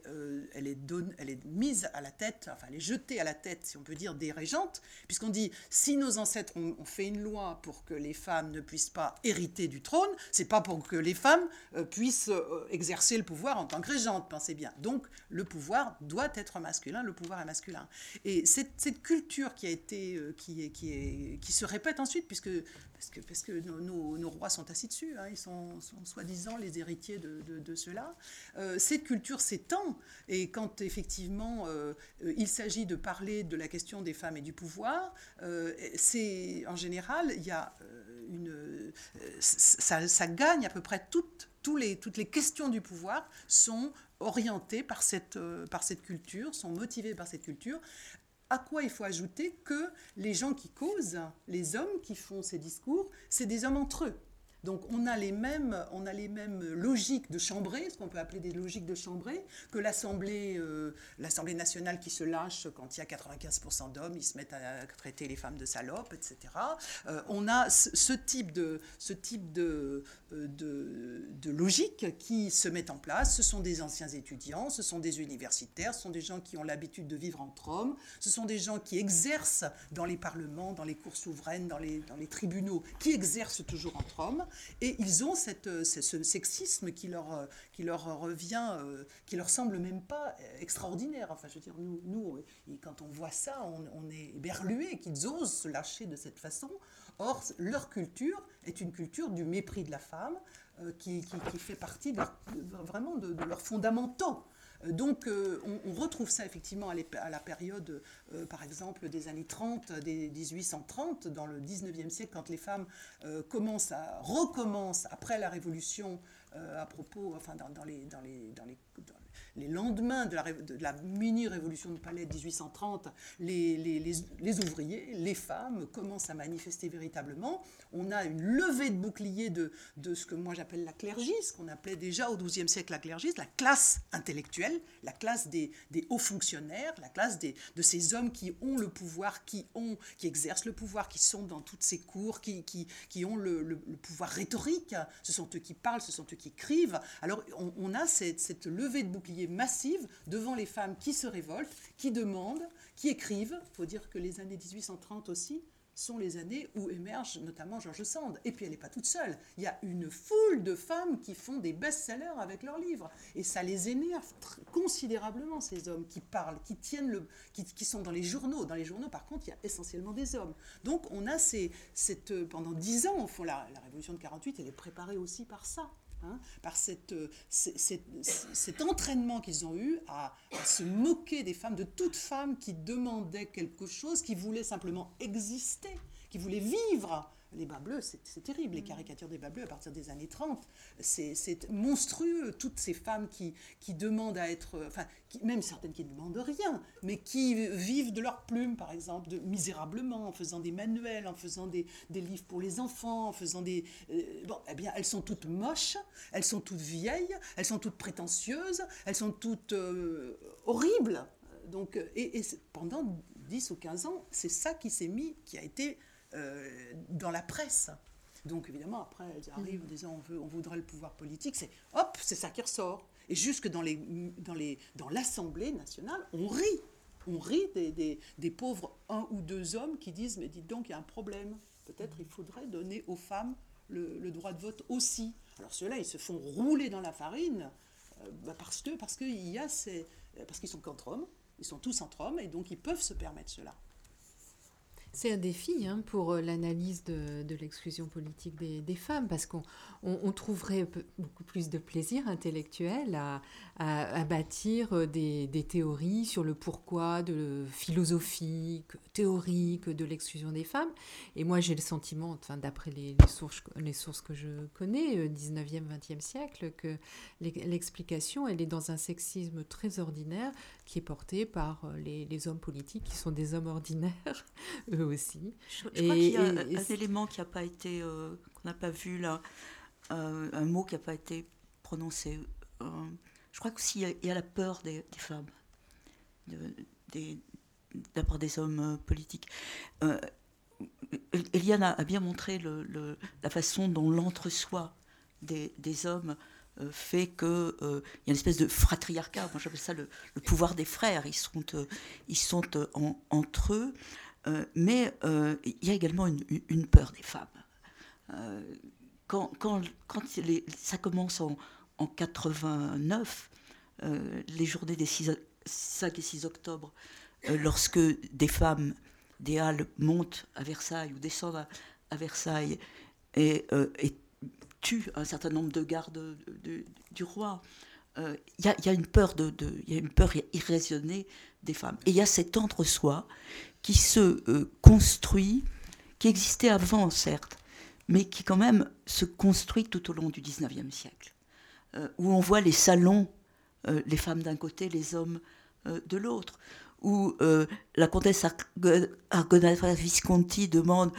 S3: mise à la tête, enfin, elle est jetée à la tête, si on peut dire, des régentes, puisqu'on dit, si nos ancêtres ont fait une loi pour que les femmes ne puissent pas hériter du trône, c'est pas pour que les femmes puissent exercer le pouvoir en tant que régente, pensez bien. Donc, le pouvoir doit être masculin, le pouvoir est masculin. Et cette culture qui a été, qui se répète ensuite, parce que nos rois sont assis dessus, hein, ils sont soi-disant les héritiers de cela. Cette culture s'étend, et quand effectivement il s'agit de parler de la question des femmes et du pouvoir, c'est en général, il y a ça gagne à peu près toutes les questions du pouvoir sont orientées par cette culture, sont motivées par cette culture. À quoi il faut ajouter que les gens qui causent, les hommes qui font ces discours, c'est des hommes entre eux. Donc on a les mêmes logiques de chambrée, ce qu'on peut appeler des logiques de chambrée, que l'Assemblée nationale qui se lâche quand il y a 95% d'hommes, ils se mettent à traiter les femmes de salopes, etc. On a ce type de logique qui se met en place. Ce sont des anciens étudiants, ce sont des universitaires, ce sont des gens qui ont l'habitude de vivre entre hommes, ce sont des gens qui exercent dans les parlements, dans les cours souveraines, dans les tribunaux, qui exercent toujours entre hommes. Et ils ont ce sexisme qui leur revient, qui leur semble même pas extraordinaire. Enfin, je veux dire, nous quand on voit ça, on est éberlués qu'ils osent se lâcher de cette façon. Or, leur culture est une culture du mépris de la femme, qui fait partie vraiment de leurs fondamentaux. Donc, on retrouve ça effectivement à la période, par exemple, des années 30, des 1830, dans le 19e siècle, quand les femmes recommencent, après la Révolution, à propos, enfin, dans les lendemains de la mini-révolution de Palais de 1830, les ouvriers, les femmes commencent à manifester véritablement. On a une levée de bouclier de ce que moi j'appelle la clergie, ce qu'on appelait déjà au XIIe siècle la clergie, la classe intellectuelle, la classe des hauts fonctionnaires, la classe de ces hommes qui ont le pouvoir, qui exercent le pouvoir, qui sont dans toutes ces cours, qui ont le pouvoir rhétorique. Ce sont eux qui parlent, ce sont eux qui écrivent. Alors on a cette levée de bouclier massive devant les femmes qui se révoltent, qui demandent, qui écrivent. Il faut dire que les années 1830 aussi sont les années où émerge notamment George Sand. Et puis elle n'est pas toute seule. Il y a une foule de femmes qui font des best-sellers avec leurs livres. Et ça les énerve considérablement, ces hommes qui parlent, qui sont dans les journaux. Dans les journaux, par contre, il y a essentiellement des hommes. Donc on a pendant 10 ans, au fond, la Révolution de 48, elle est préparée aussi par ça. Par cet entraînement qu'ils ont eu à se moquer des femmes, de toute femme qui demandait quelque chose, qui voulait simplement exister, qui voulait vivre. Les bas bleus, c'est terrible, les caricatures des bas bleus à partir des années 30, c'est monstrueux, toutes ces femmes qui demandent à être, enfin, même certaines qui ne demandent rien, mais qui vivent de leurs plumes, par exemple, misérablement, en faisant des manuels, en faisant des livres pour les enfants, en faisant eh bien, elles sont toutes moches, elles sont toutes vieilles, elles sont toutes prétentieuses, elles sont toutes horribles. Donc, et pendant 10 ou 15 ans, c'est ça qui a été dans la presse. Donc évidemment, après, elles arrivent en disant on voudrait le pouvoir politique, c'est ça qui ressort. Et jusque dans l'Assemblée nationale, on rit des pauvres 1 ou 2 hommes qui disent mais dites donc, il y a un problème. Peut-être il faudrait donner aux femmes le droit de vote aussi. Alors ceux-là, ils se font rouler dans la farine parce qu'ils sont qu'entre hommes, ils sont tous entre hommes et donc ils peuvent se permettre cela.
S2: C'est un défi pour l'analyse de l'exclusion politique des femmes, parce qu'on trouverait beaucoup plus de plaisir intellectuel à bâtir des théories sur le pourquoi philosophique, théorique de l'exclusion des femmes. Et moi, j'ai le sentiment, enfin, d'après les sources que je connais, 19e, 20e siècle, que l'explication, elle est dans un sexisme très ordinaire qui est porté par les hommes politiques, qui sont des hommes ordinaires, eux aussi.
S4: Je crois qu'il y a un élément qui n'a pas été, qu'on n'a pas vu là, un mot qui n'a pas été prononcé. Je crois qu'aussi il y a la peur des femmes, de la part des hommes politiques. Eliane a bien montré la façon dont l'entre-soi des hommes fait qu'il y a une espèce de fratriarcat. Moi j'appelle ça le pouvoir des frères. Ils sont entre eux. Mais il y a également une peur des femmes. Quand ça commence en 89, les journées des 5 et 6 octobre, lorsque des femmes des Halles montent à Versailles ou descendent à Versailles et tuent un certain nombre de gardes du roi, il y a une peur irraisonnée des femmes. Et il y a cet entre-soi qui se construit, qui existait avant, certes, mais qui quand même se construit tout au long du XIXe siècle, où on voit les salons, les femmes d'un côté, les hommes de l'autre, où la comtesse Argonata Visconti demande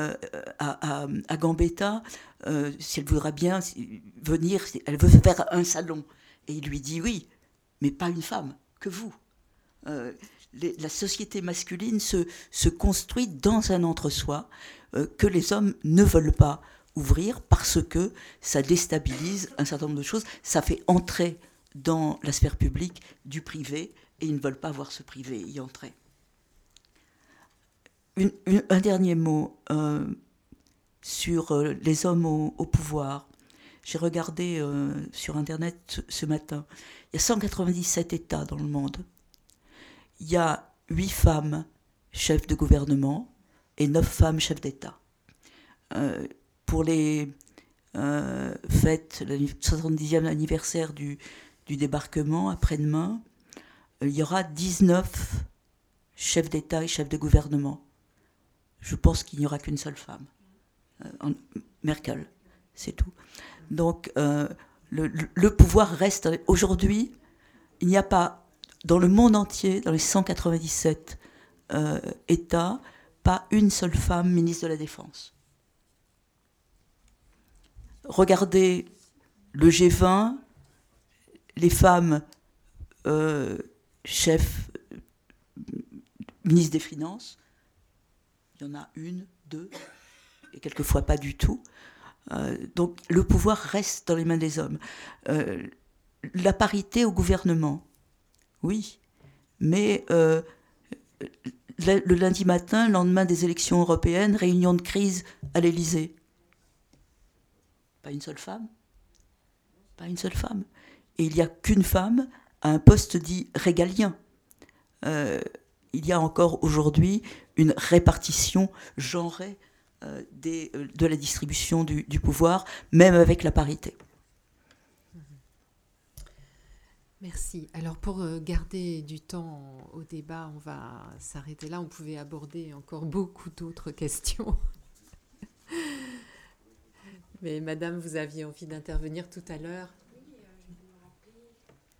S4: à Gambetta si elle voudra bien venir, elle veut faire un salon. Et il lui dit oui, mais pas une femme, que vous. La société masculine se construit dans un entre-soi que les hommes ne veulent pas ouvrir parce que ça déstabilise un certain nombre de choses, ça fait entrer dans la sphère publique du privé, et ils ne veulent pas voir ce privé y entrer. Un dernier mot sur les hommes au pouvoir. J'ai regardé sur Internet ce matin. Il y a 197 États dans le monde. Il y a 8 femmes chefs de gouvernement et 9 femmes chefs d'État. Pour les fêtes, le 70e anniversaire du débarquement, après-demain, il y aura 19 chefs d'État et chefs de gouvernement. Je pense qu'il n'y aura qu'une seule femme. Merkel, c'est tout. Donc, le pouvoir reste... Aujourd'hui, il n'y a pas, dans le monde entier, dans les 197 États, pas une seule femme ministre de la Défense. Regardez le G20, les femmes chefs, ministres des Finances, il y en a une, deux, et quelquefois pas du tout. Donc le pouvoir reste dans les mains des hommes. La parité au gouvernement, oui, mais le lundi matin, lendemain des élections européennes, réunion de crise à l'Élysée. Pas une seule femme. Pas une seule femme. Et il n'y a qu'une femme à un poste dit régalien. Il y a encore aujourd'hui une répartition genrée de la distribution du pouvoir, même avec la parité.
S2: Merci. Alors pour garder du temps au débat, on va s'arrêter là. On pouvait aborder encore beaucoup d'autres questions. Mais Madame, vous aviez envie d'intervenir tout à l'heure.
S5: Oui, je vais me rappeler.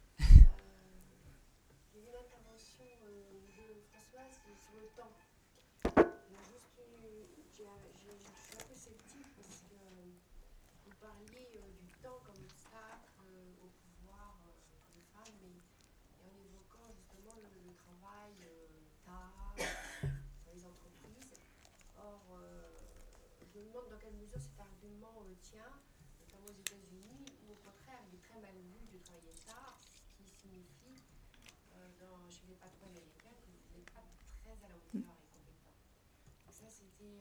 S5: J'ai eu l'intervention de Françoise sur le temps. Je suis un peu sceptique parce que vous parliez du temps comme obstacle au pouvoir des femmes, et en évoquant justement le travail tard dans les entreprises. Or, je me demande dans quelle mesure cet argument tient, notamment aux États-Unis, où au contraire il est très mal vu de travailler tard, ce qui signifie chez les patrons américains que vous n'êtes pas très à la hauteur et compétent. Donc ça c'était,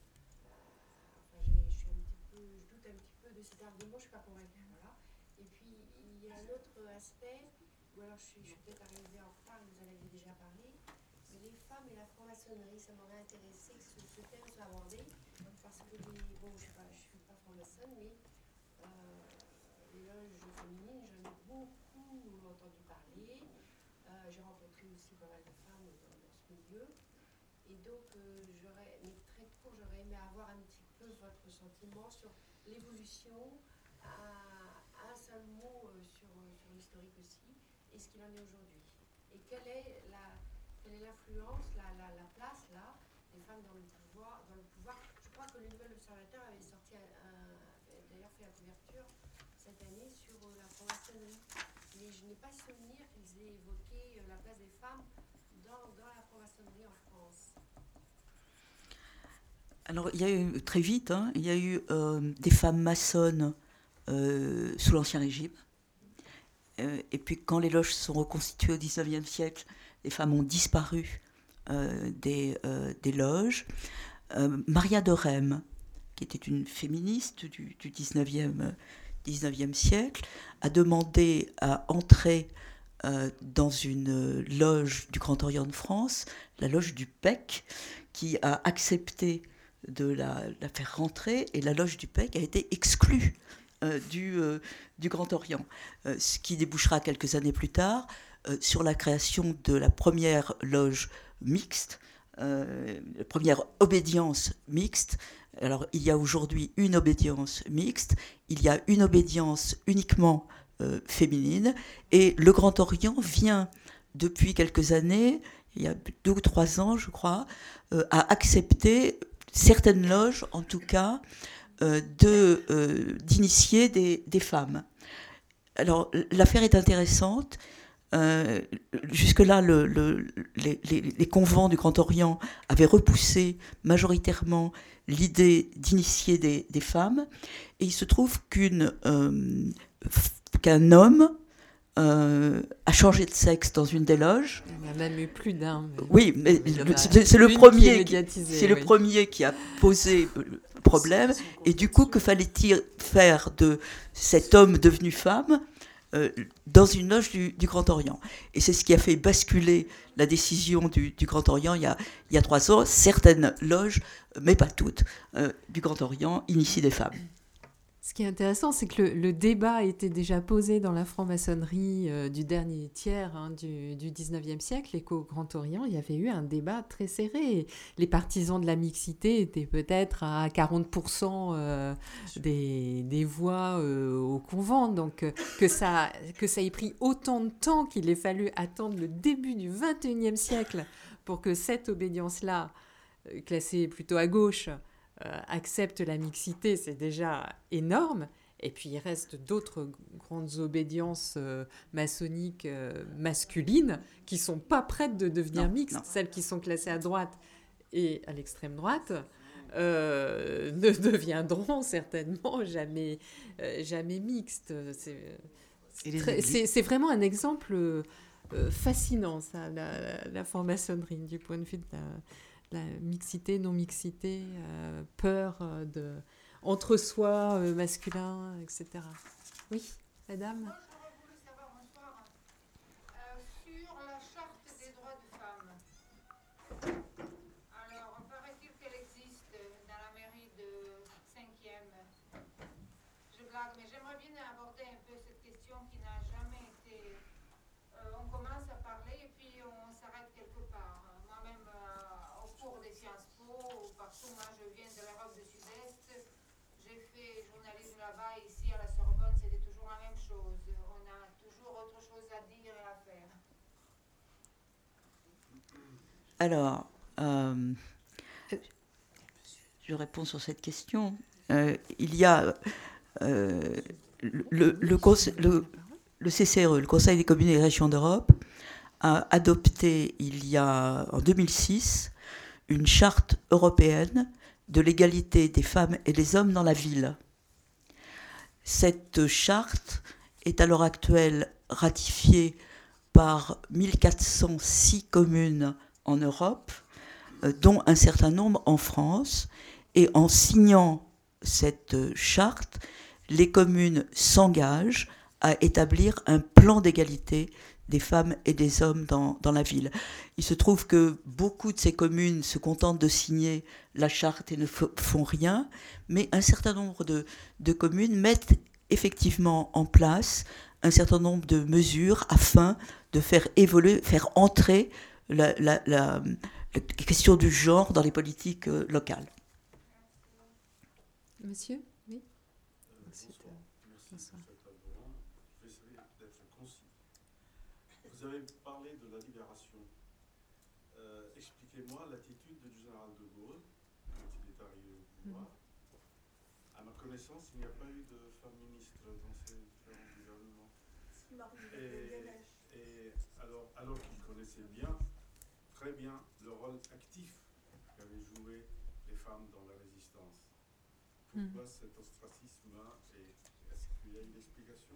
S5: je doute un petit peu de cet argument, je ne suis pas convaincue. Voilà. Et puis il y a un autre aspect, ou alors je suis peut-être arrivée en retard, vous en avez déjà parlé, mais les femmes et la franc-maçonnerie, ça m'aurait intéressé que ce thème soit abordé, parce que je ne suis pas franc-maçonne, mais les loges féminines, j'en ai beaucoup entendu parler. J'ai rencontré aussi pas mal de femmes dans ce milieu. Et donc, j'aurais aimé avoir un petit peu votre sentiment sur l'évolution, un seul mot sur l'historique aussi, et ce qu'il en est aujourd'hui. Et quelle est l'influence, la place là, des femmes dans le pouvoir. Je crois que le Nouvel Observateur avait sorti d'ailleurs fait la couverture cette année sur la franc-maçonnerie. Mais je n'ai pas souvenir qu'ils aient évoqué la place des femmes dans la franc-maçonnerie en France.
S4: Alors, il y a eu, très vite, il y a eu des femmes maçonnes sous l'Ancien Régime. Et puis, quand les loges se sont reconstituées au XIXe siècle, les femmes ont disparu des loges. Maria de Rheims, qui était une féministe du XIXe siècle, a demandé à entrer dans une loge du Grand Orient de France, la loge du PEC, qui a accepté de la faire rentrer, et la loge du PEC a été exclue du Grand Orient, ce qui débouchera quelques années plus tard sur la création de la première loge mixte, la première obédience mixte. Alors, il y a aujourd'hui une obédience mixte, il y a une obédience uniquement féminine, et le Grand Orient vient, depuis quelques années, il y a 2 ou 3 ans, je crois, a accepté, certaines loges en tout cas, d'initier des femmes. Alors, l'affaire est intéressante. Jusque-là, les convents du Grand Orient avaient repoussé majoritairement l'idée d'initier des femmes. Et il se trouve qu'un homme a changé de sexe dans une des loges.
S2: Il y en a même eu plus d'un.
S4: Oui, mais c'est le premier qui a posé le problème. Et du coup, que fallait-il faire de cet homme devenu femme dans une loge du Grand Orient? Et c'est ce qui a fait basculer la décision du Grand Orient il y a 3 ans. Certaines loges, mais pas toutes, du Grand Orient initient des femmes.
S2: Ce qui est intéressant, c'est que le débat était déjà posé dans la franc-maçonnerie du dernier tiers du 19e siècle, et qu'au Grand Orient, il y avait eu un débat très serré. Les partisans de la mixité étaient peut-être à 40% des voix au convent. Donc que ça ait pris autant de temps qu'il ait fallu attendre le début du 21e siècle pour que cette obédience-là, classée plutôt à gauche, accepte la mixité, c'est déjà énorme. Et puis il reste d'autres grandes obédiences maçonniques masculines qui ne sont pas prêtes de devenir mixtes. Celles qui sont classées à droite et à l'extrême droite ne deviendront certainement jamais mixtes. C'est vraiment un exemple fascinant, ça, la franc-maçonnerie, du point de vue de la mixité, non-mixité, peur entre-soi masculin, etc. Oui, madame.
S6: Moi, j'aurais voulu savoir, bonsoir, sur la charte des droits de femmes. Alors, paraît-il qu'elle existe dans la mairie de 5e. Je blague, mais j'aimerais bien aborder un peu cette question qui n'a jamais été... on commence à parler et puis on s'arrête quelque part. Moi-même, au cours des Sciences Po, partout, moi je viens de l'Europe du Sud-Est, j'ai fait journalisme là-bas, ici à la Sorbonne, c'était toujours la même chose. On a toujours autre chose à dire et à faire.
S4: Alors, je réponds sur cette question. Il y a le CCRE, le Conseil des communes et des régions d'Europe, a adopté en 2006 une charte européenne de l'égalité des femmes et des hommes dans la ville. Cette charte est à l'heure actuelle ratifiée par 1406 communes en Europe, dont un certain nombre en France. Et en signant cette charte, les communes s'engagent à établir un plan d'égalité des femmes et des hommes dans la ville. Il se trouve que beaucoup de ces communes se contentent de signer la charte et ne font rien, mais un certain nombre de communes mettent effectivement en place un certain nombre de mesures afin de faire évoluer, faire entrer la question du genre dans les politiques locales.
S2: Monsieur ? Oui.
S7: Bonsoir. Je vais essayer d'être concis. Vous avez parlé de la libération. Expliquez-moi l'attitude du général de Gaulle quand il est arrivé au pouvoir. À ma connaissance, il n'y a pas eu de femme ministre dans ces différents gouvernements. Et alors qu'il connaissait très bien, le rôle actif qu'avaient joué les femmes dans la résistance. Pourquoi cet ostracisme-là? Est-ce qu'il y a une explication?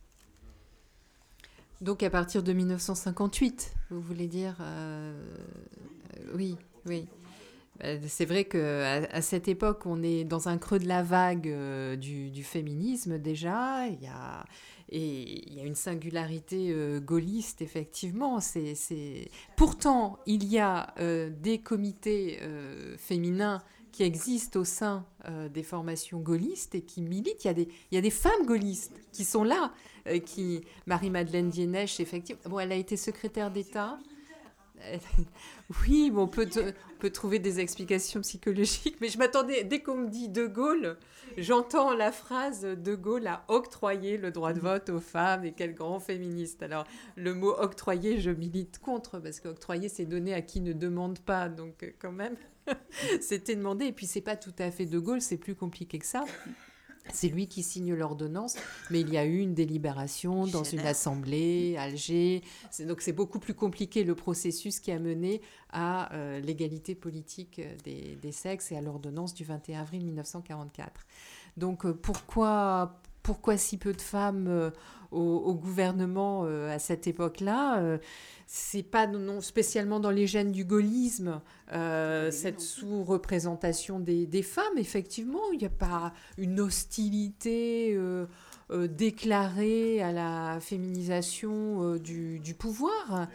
S2: Donc à partir de 1958, vous voulez dire Oui. C'est vrai qu'à cette époque, on est dans un creux de la vague du féminisme déjà. Il y a une singularité gaulliste, effectivement. Pourtant, il y a des comités féminins qui existent au sein des formations gaullistes et qui militent. Il y a des femmes gaullistes qui sont là. Marie-Madeleine Dienesch, effectivement. Bon, elle a été secrétaire d'État. Oui, mais on peut trouver des explications psychologiques, mais je m'attendais, dès qu'on me dit De Gaulle, j'entends la phrase De Gaulle a octroyé le droit de vote aux femmes et quel grand féministe. Alors, le mot octroyer, je milite contre, parce qu'octroyer, c'est donner à qui ne demande pas, donc quand même, c'était demandé. Et puis, c'est pas tout à fait De Gaulle, c'est plus compliqué que ça. C'est lui qui signe l'ordonnance, mais il y a eu une délibération dans une assemblée, à Alger. Donc c'est beaucoup plus compliqué le processus qui a mené à l'égalité politique des sexes et à l'ordonnance du 21 avril 1944. Donc pourquoi si peu de femmes au gouvernement à cette époque-là c'est pas non spécialement dans les gènes du gaullisme, cette sous-représentation des femmes, effectivement. Il n'y a pas une hostilité déclarée à la féminisation du pouvoir.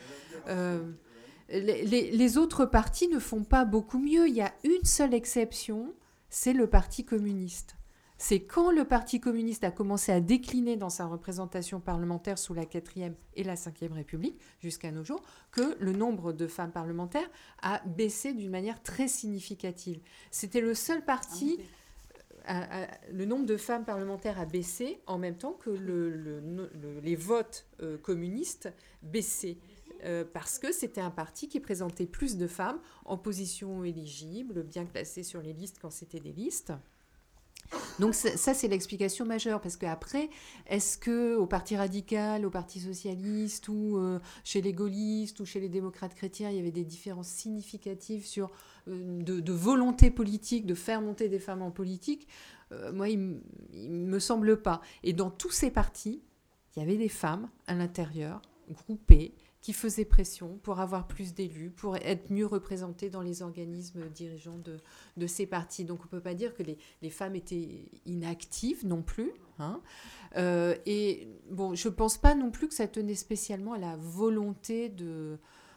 S2: Les autres partis ne font pas beaucoup mieux. Il y a une seule exception, c'est le Parti communiste. C'est quand le Parti communiste a commencé à décliner dans sa représentation parlementaire sous la 4e et la 5e République, jusqu'à nos jours, que le nombre de femmes parlementaires a baissé d'une manière très significative. C'était le seul parti... le nombre de femmes parlementaires a baissé en même temps que les votes communistes baissaient. Parce que c'était un parti qui présentait plus de femmes en position éligible, bien classées sur les listes quand c'était des listes. Donc ça, c'est l'explication majeure, parce qu'après, est-ce qu'au Parti radical, au Parti socialiste, ou chez les gaullistes, ou chez les démocrates chrétiens, il y avait des différences significatives sur de volonté politique, de faire monter des femmes en politique? Moi, il me semble pas. Et dans tous ces partis, il y avait des femmes à l'intérieur, groupées, qui faisaient pression pour avoir plus d'élus, pour être mieux représentées dans les organismes dirigeants de ces partis. Donc on ne peut pas dire que les femmes étaient inactives non plus. Hein. Et bon, je ne pense pas non plus que ça tenait spécialement à la volonté de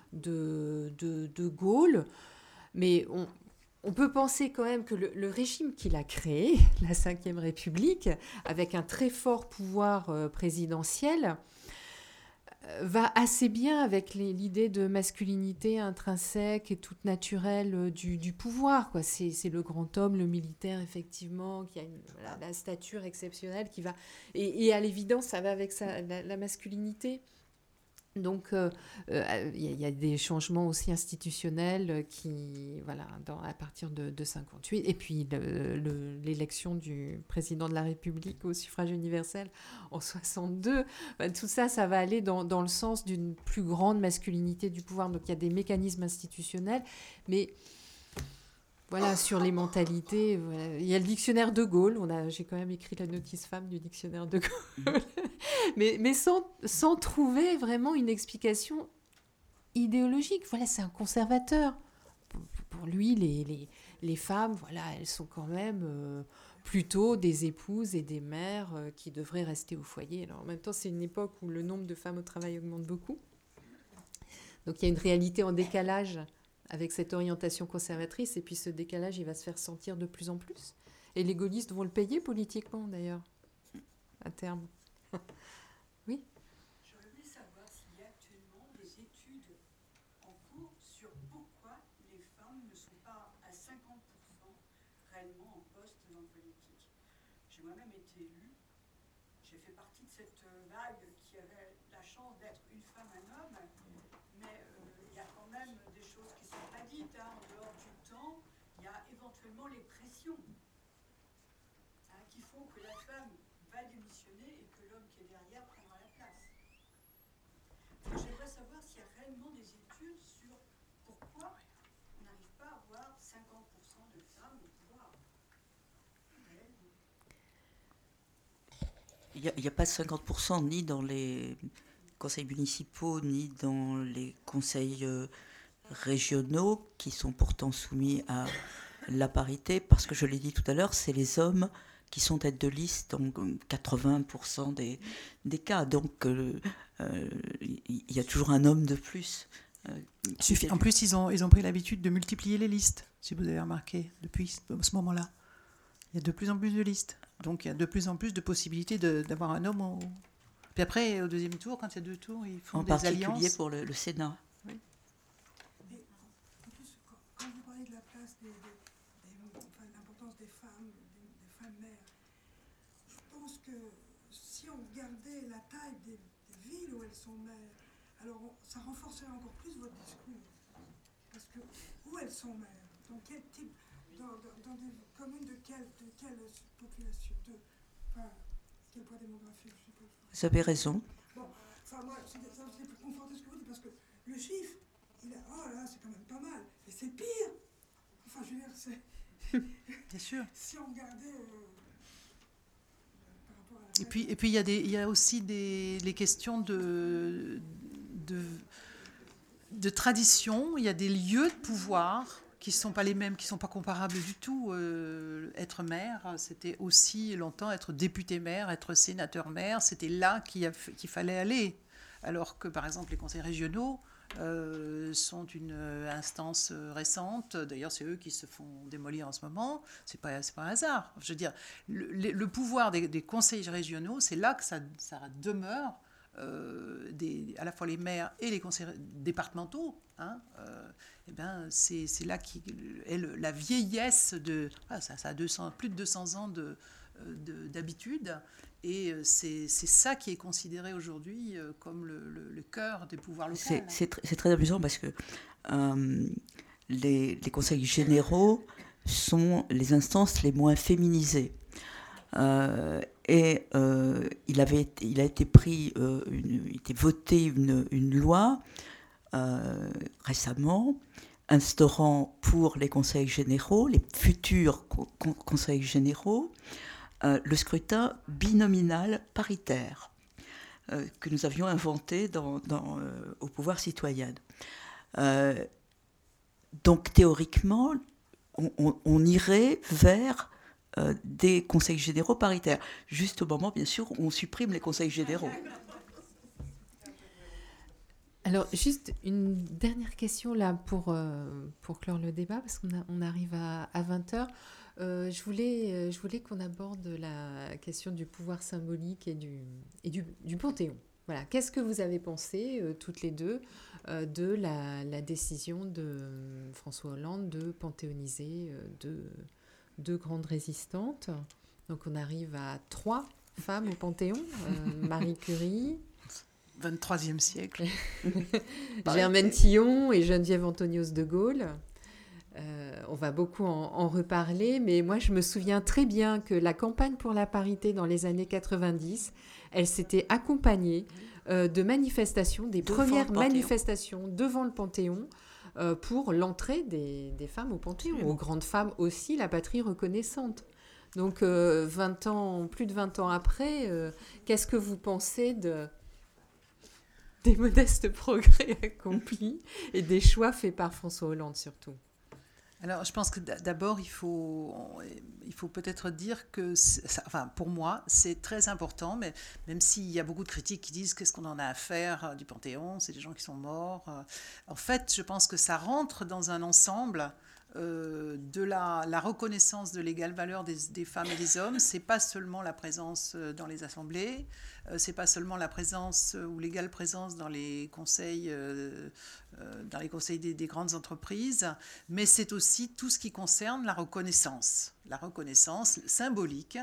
S2: Gaulle, mais on peut penser quand même que le régime qu'il a créé, la Ve République, avec un très fort pouvoir présidentiel, va assez bien avec l'idée de masculinité intrinsèque et toute naturelle du pouvoir, quoi. C'est le grand homme, le militaire, effectivement, qui a la stature exceptionnelle qui va... Et à l'évidence, ça va avec la masculinité. Donc, il y a des changements aussi institutionnels à partir de 58. Et puis, l'élection du président de la République au suffrage universel en 62. Tout ça, ça va aller dans le sens d'une plus grande masculinité du pouvoir. Donc, il y a des mécanismes institutionnels. Mais... Voilà, sur les mentalités, voilà. Il y a le dictionnaire de Gaulle. J'ai quand même écrit la notice femme du dictionnaire de Gaulle. mais sans trouver vraiment une explication idéologique. Voilà, c'est un conservateur. Pour lui, les femmes, voilà, elles sont quand même plutôt des épouses et des mères qui devraient rester au foyer. Alors, en même temps, c'est une époque où le nombre de femmes au travail augmente beaucoup. Donc, il y a une réalité en décalage avec cette orientation conservatrice, et puis ce décalage, il va se faire sentir de plus en plus. Et les gaullistes vont le payer politiquement, d'ailleurs, à terme. Oui.
S8: J'aurais voulu savoir s'il y a actuellement des études en cours sur pourquoi les femmes ne sont pas à 50% réellement en poste dans le politique. J'ai moi-même été élue, j'ai fait partie de cette vague qui avait la chance d'être une femme, un homme, mais il y a quand même des choses qui ne sont pas dites. En dehors du temps, il y a éventuellement les pressions qui font que la femme va démissionner et que l'homme qui est derrière prendra la place. J'aimerais savoir s'il y a réellement des études sur pourquoi on n'arrive pas à avoir 50% de femmes au pouvoir.
S4: Il n'y a pas 50% ni dans les conseils municipaux, ni dans les conseils régionaux, qui sont pourtant soumis à la parité, parce que je l'ai dit tout à l'heure, c'est les hommes qui sont tête de liste dans 80% des cas. Donc, il y a toujours un homme de plus.
S3: En plus, ils ont pris l'habitude de multiplier les listes, si vous avez remarqué, depuis ce moment-là. Il y a de plus en plus de listes. Donc, il y a de plus en plus de possibilités d'avoir un homme. Puis après, au deuxième tour, quand il y a deux tours, ils font des alliances.
S4: En particulier pour le Sénat. Oui.
S9: place l'importance des femmes mères. Je pense que si on regardait la taille des villes où elles sont mères, alors ça renforcerait encore plus votre discours. Parce que où elles sont mères, dans quel type, dans des communes de quelle population, quel poids démographique, je sais pas.
S4: Vous avez raison.
S9: Bon, moi, c'est pour conforter ce que vous dites, parce que le chiffre, oh là, c'est quand même pas mal, mais c'est pire. Enfin, je veux dire, c'est...
S3: Bien sûr.
S9: Si on regardait... par rapport à la...
S3: Et puis il y a aussi les questions de tradition. Il y a des lieux de pouvoir qui ne sont pas les mêmes, qui ne sont pas comparables du tout. Être maire, c'était aussi longtemps être député-maire, être sénateur-maire. C'était là qu'il fallait aller. Alors que, par exemple, les conseils régionaux sont une instance récente. D'ailleurs, c'est eux qui se font démolir en ce moment. C'est pas un hasard. Je veux dire, le pouvoir des conseils régionaux, c'est là que ça demeure. À la fois les maires et les conseils départementaux, c'est là qu'est la vieillesse de... ça a plus de 200 ans d'habitude, et c'est ça qui est considéré aujourd'hui comme le cœur des pouvoirs locaux.
S4: C'est très amusant parce que les conseils généraux sont les instances les moins féminisées. Il a été voté une loi récemment instaurant pour les conseils généraux, les futurs conseils généraux, le scrutin binominal paritaire que nous avions inventé au pouvoir citoyen. Donc théoriquement, on irait vers des conseils généraux paritaires, juste au moment, bien sûr, où on supprime les conseils généraux.
S2: Alors, juste une dernière question là pour clore le débat, parce qu'on arrive à 20h. Je voulais qu'on aborde la question du pouvoir symbolique et du Panthéon. Voilà. Qu'est-ce que vous avez pensé, toutes les deux, de la décision de François Hollande de panthéoniser deux grandes résistantes? Donc on arrive à 3 femmes au Panthéon. Marie Curie,
S3: 23e siècle.
S2: Germaine Tillon et Geneviève Antonios de Gaulle. On va beaucoup en reparler, mais moi je me souviens très bien que la campagne pour la parité dans les années 90, elle s'était accompagnée de manifestations, des premières manifestations devant le Panthéon, pour l'entrée des femmes au Panthéon, aux grandes femmes aussi, la patrie reconnaissante. Donc plus de 20 ans après, qu'est-ce que vous pensez des modestes progrès accomplis et des choix faits par François Hollande surtout?
S3: Alors, je pense que d'abord, il faut peut-être dire que, pour moi, c'est très important, mais même s'il y a beaucoup de critiques qui disent qu'est-ce qu'on en a à faire du Panthéon, c'est des gens qui sont morts. En fait, je pense que ça rentre dans un ensemble de la reconnaissance de l'égale valeur des femmes et des hommes. C'est pas seulement la présence dans les assemblées, c'est pas seulement la présence ou l'égale présence dans les conseils des grandes entreprises, mais c'est aussi tout ce qui concerne la reconnaissance symbolique,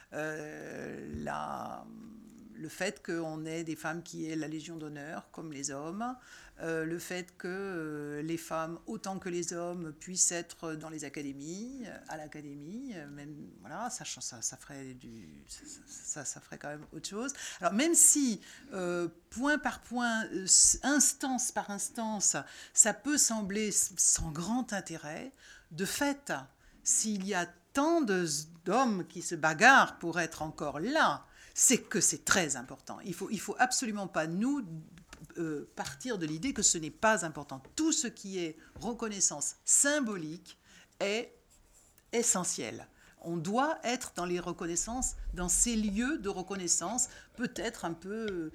S3: le fait qu'on ait des femmes qui aient la Légion d'honneur comme les hommes, le fait que les femmes, autant que les hommes, puissent être dans les académies, à l'académie, même, voilà, ça ferait ça ferait quand même autre chose. Alors même si, point par point, instance par instance, ça peut sembler sans grand intérêt, de fait, s'il y a tant d'hommes qui se bagarrent pour être encore là, c'est que c'est très important. Il faut absolument pas partir de l'idée que ce n'est pas important. Tout ce qui est reconnaissance symbolique est essentiel. On doit être dans les reconnaissances, dans ces lieux de reconnaissance, peut-être un peu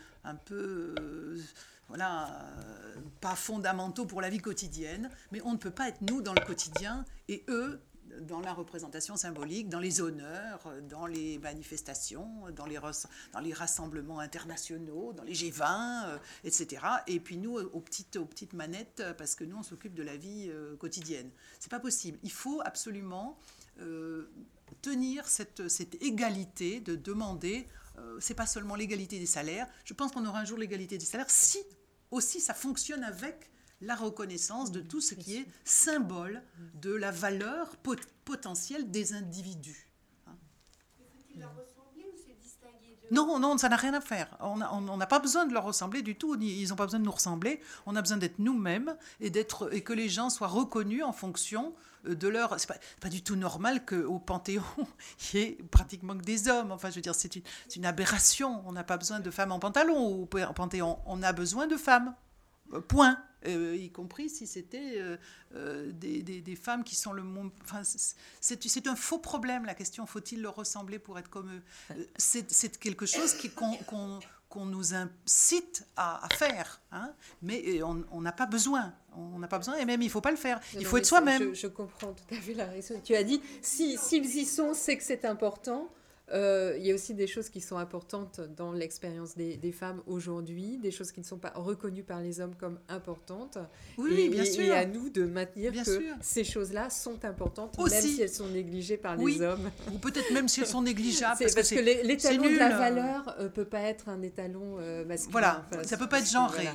S3: pas fondamentaux pour la vie quotidienne, mais on ne peut pas être nous dans le quotidien et eux dans la représentation symbolique, dans les honneurs, dans les manifestations, dans les rassemblements internationaux, dans les G20, etc. Et puis nous, aux petites manettes, parce que nous, on s'occupe de la vie quotidienne. C'est pas possible. Il faut absolument tenir cette égalité de demander, c'est pas seulement l'égalité des salaires, je pense qu'on aura un jour l'égalité des salaires si aussi ça fonctionne avec la reconnaissance de tout ce qui est symbole de la valeur potentielle des individus.
S5: Faut-il leur ressembler ou se distinguer d'eux?
S3: Non, ça n'a rien à faire. On n'a pas besoin de leur ressembler du tout. Ils n'ont pas besoin de nous ressembler. On a besoin d'être nous-mêmes et que les gens soient reconnus en fonction de leur... C'est pas du tout normal qu'au Panthéon, il y ait pratiquement que des hommes. Enfin, je veux dire, c'est une aberration. On n'a pas besoin de femmes en pantalon au Panthéon. On a besoin de femmes. Point. Y compris si c'était des femmes qui sont le monde... Enfin, c'est un faux problème, la question. Faut-il leur ressembler pour être comme eux? C'est quelque chose qu'on nous incite à faire. Hein, mais on n'a pas besoin. On n'a pas besoin, et même il ne faut pas le faire. Il faut être soi-même.
S2: Je comprends tout à fait la raison. Tu as dit, s'ils y sont, c'est que c'est important. Il y a aussi des choses qui sont importantes dans l'expérience des femmes aujourd'hui, des choses qui ne sont pas reconnues par les hommes comme importantes.
S3: Oui, bien sûr.
S2: Et à nous de maintenir
S3: bien
S2: que
S3: sûr.
S2: Ces choses-là sont importantes,
S3: aussi.
S2: Même si elles sont négligées par les hommes.
S3: Ou peut-être même si elles sont négligeables.
S2: Parce que l'étalon de la valeur ne peut pas être un étalon masculin.
S3: Voilà, ça ne peut pas être genré.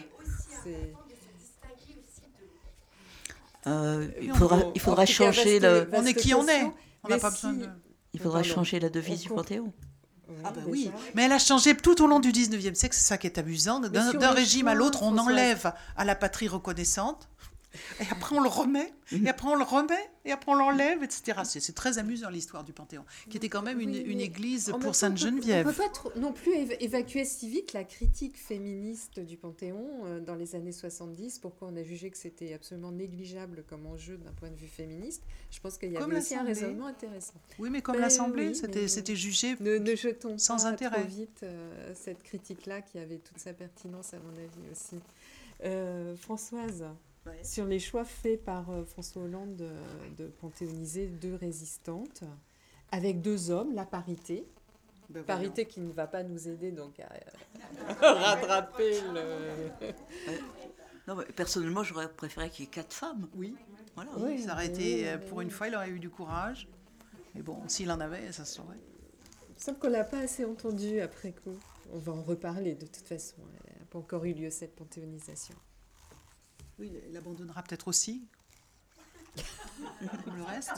S4: Il faudra changer le...
S3: On est qui on est. On n'a pas besoin de...
S4: Il faudra changer la devise du Panthéon.
S3: Ah ben oui, mais elle a changé tout au long du 19e siècle, c'est ça qui est amusant. D'un régime à l'autre, on enlève à la patrie reconnaissante, et après on le remet, et après on le remet, et après on l'enlève, etc. C'est très amusant l'histoire du Panthéon, qui était quand même une église pour Sainte-Geneviève.
S2: On ne peut pas non plus évacuer si vite la critique féministe du Panthéon dans les années 70, pourquoi on a jugé que c'était absolument négligeable comme enjeu d'un point de vue féministe. Je pense qu'il y avait aussi un raisonnement intéressant.
S3: Oui, mais comme l'Assemblée, c'était jugé
S2: ne jetons
S3: sans
S2: pas
S3: intérêt.
S2: Trop vite cette critique-là qui avait toute sa pertinence à mon avis aussi. Françoise, sur les choix faits par François Hollande de panthéoniser 2 résistantes, avec 2 hommes, la parité. Parité qui ne va pas nous aider donc à rattraper le...
S4: Non, mais personnellement, j'aurais préféré qu'il y ait 4 femmes.
S3: Oui,
S4: voilà.
S3: Oui, ça aurait été, pour une fois, il aurait eu du courage. Mais bon, s'il en avait, ça se saurait.
S2: Il me semble qu'on ne l'a pas assez entendu après coup. On va en reparler de toute façon. Elle n'a pas encore eu lieu cette panthéonisation.
S3: Oui, il abandonnera peut-être aussi. Comme le reste.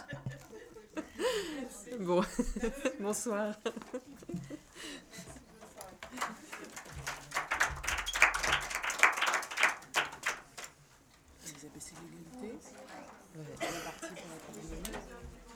S2: Bon, bonsoir.
S3: Vous avez baissé l'égalité. Ouais. La partie pour la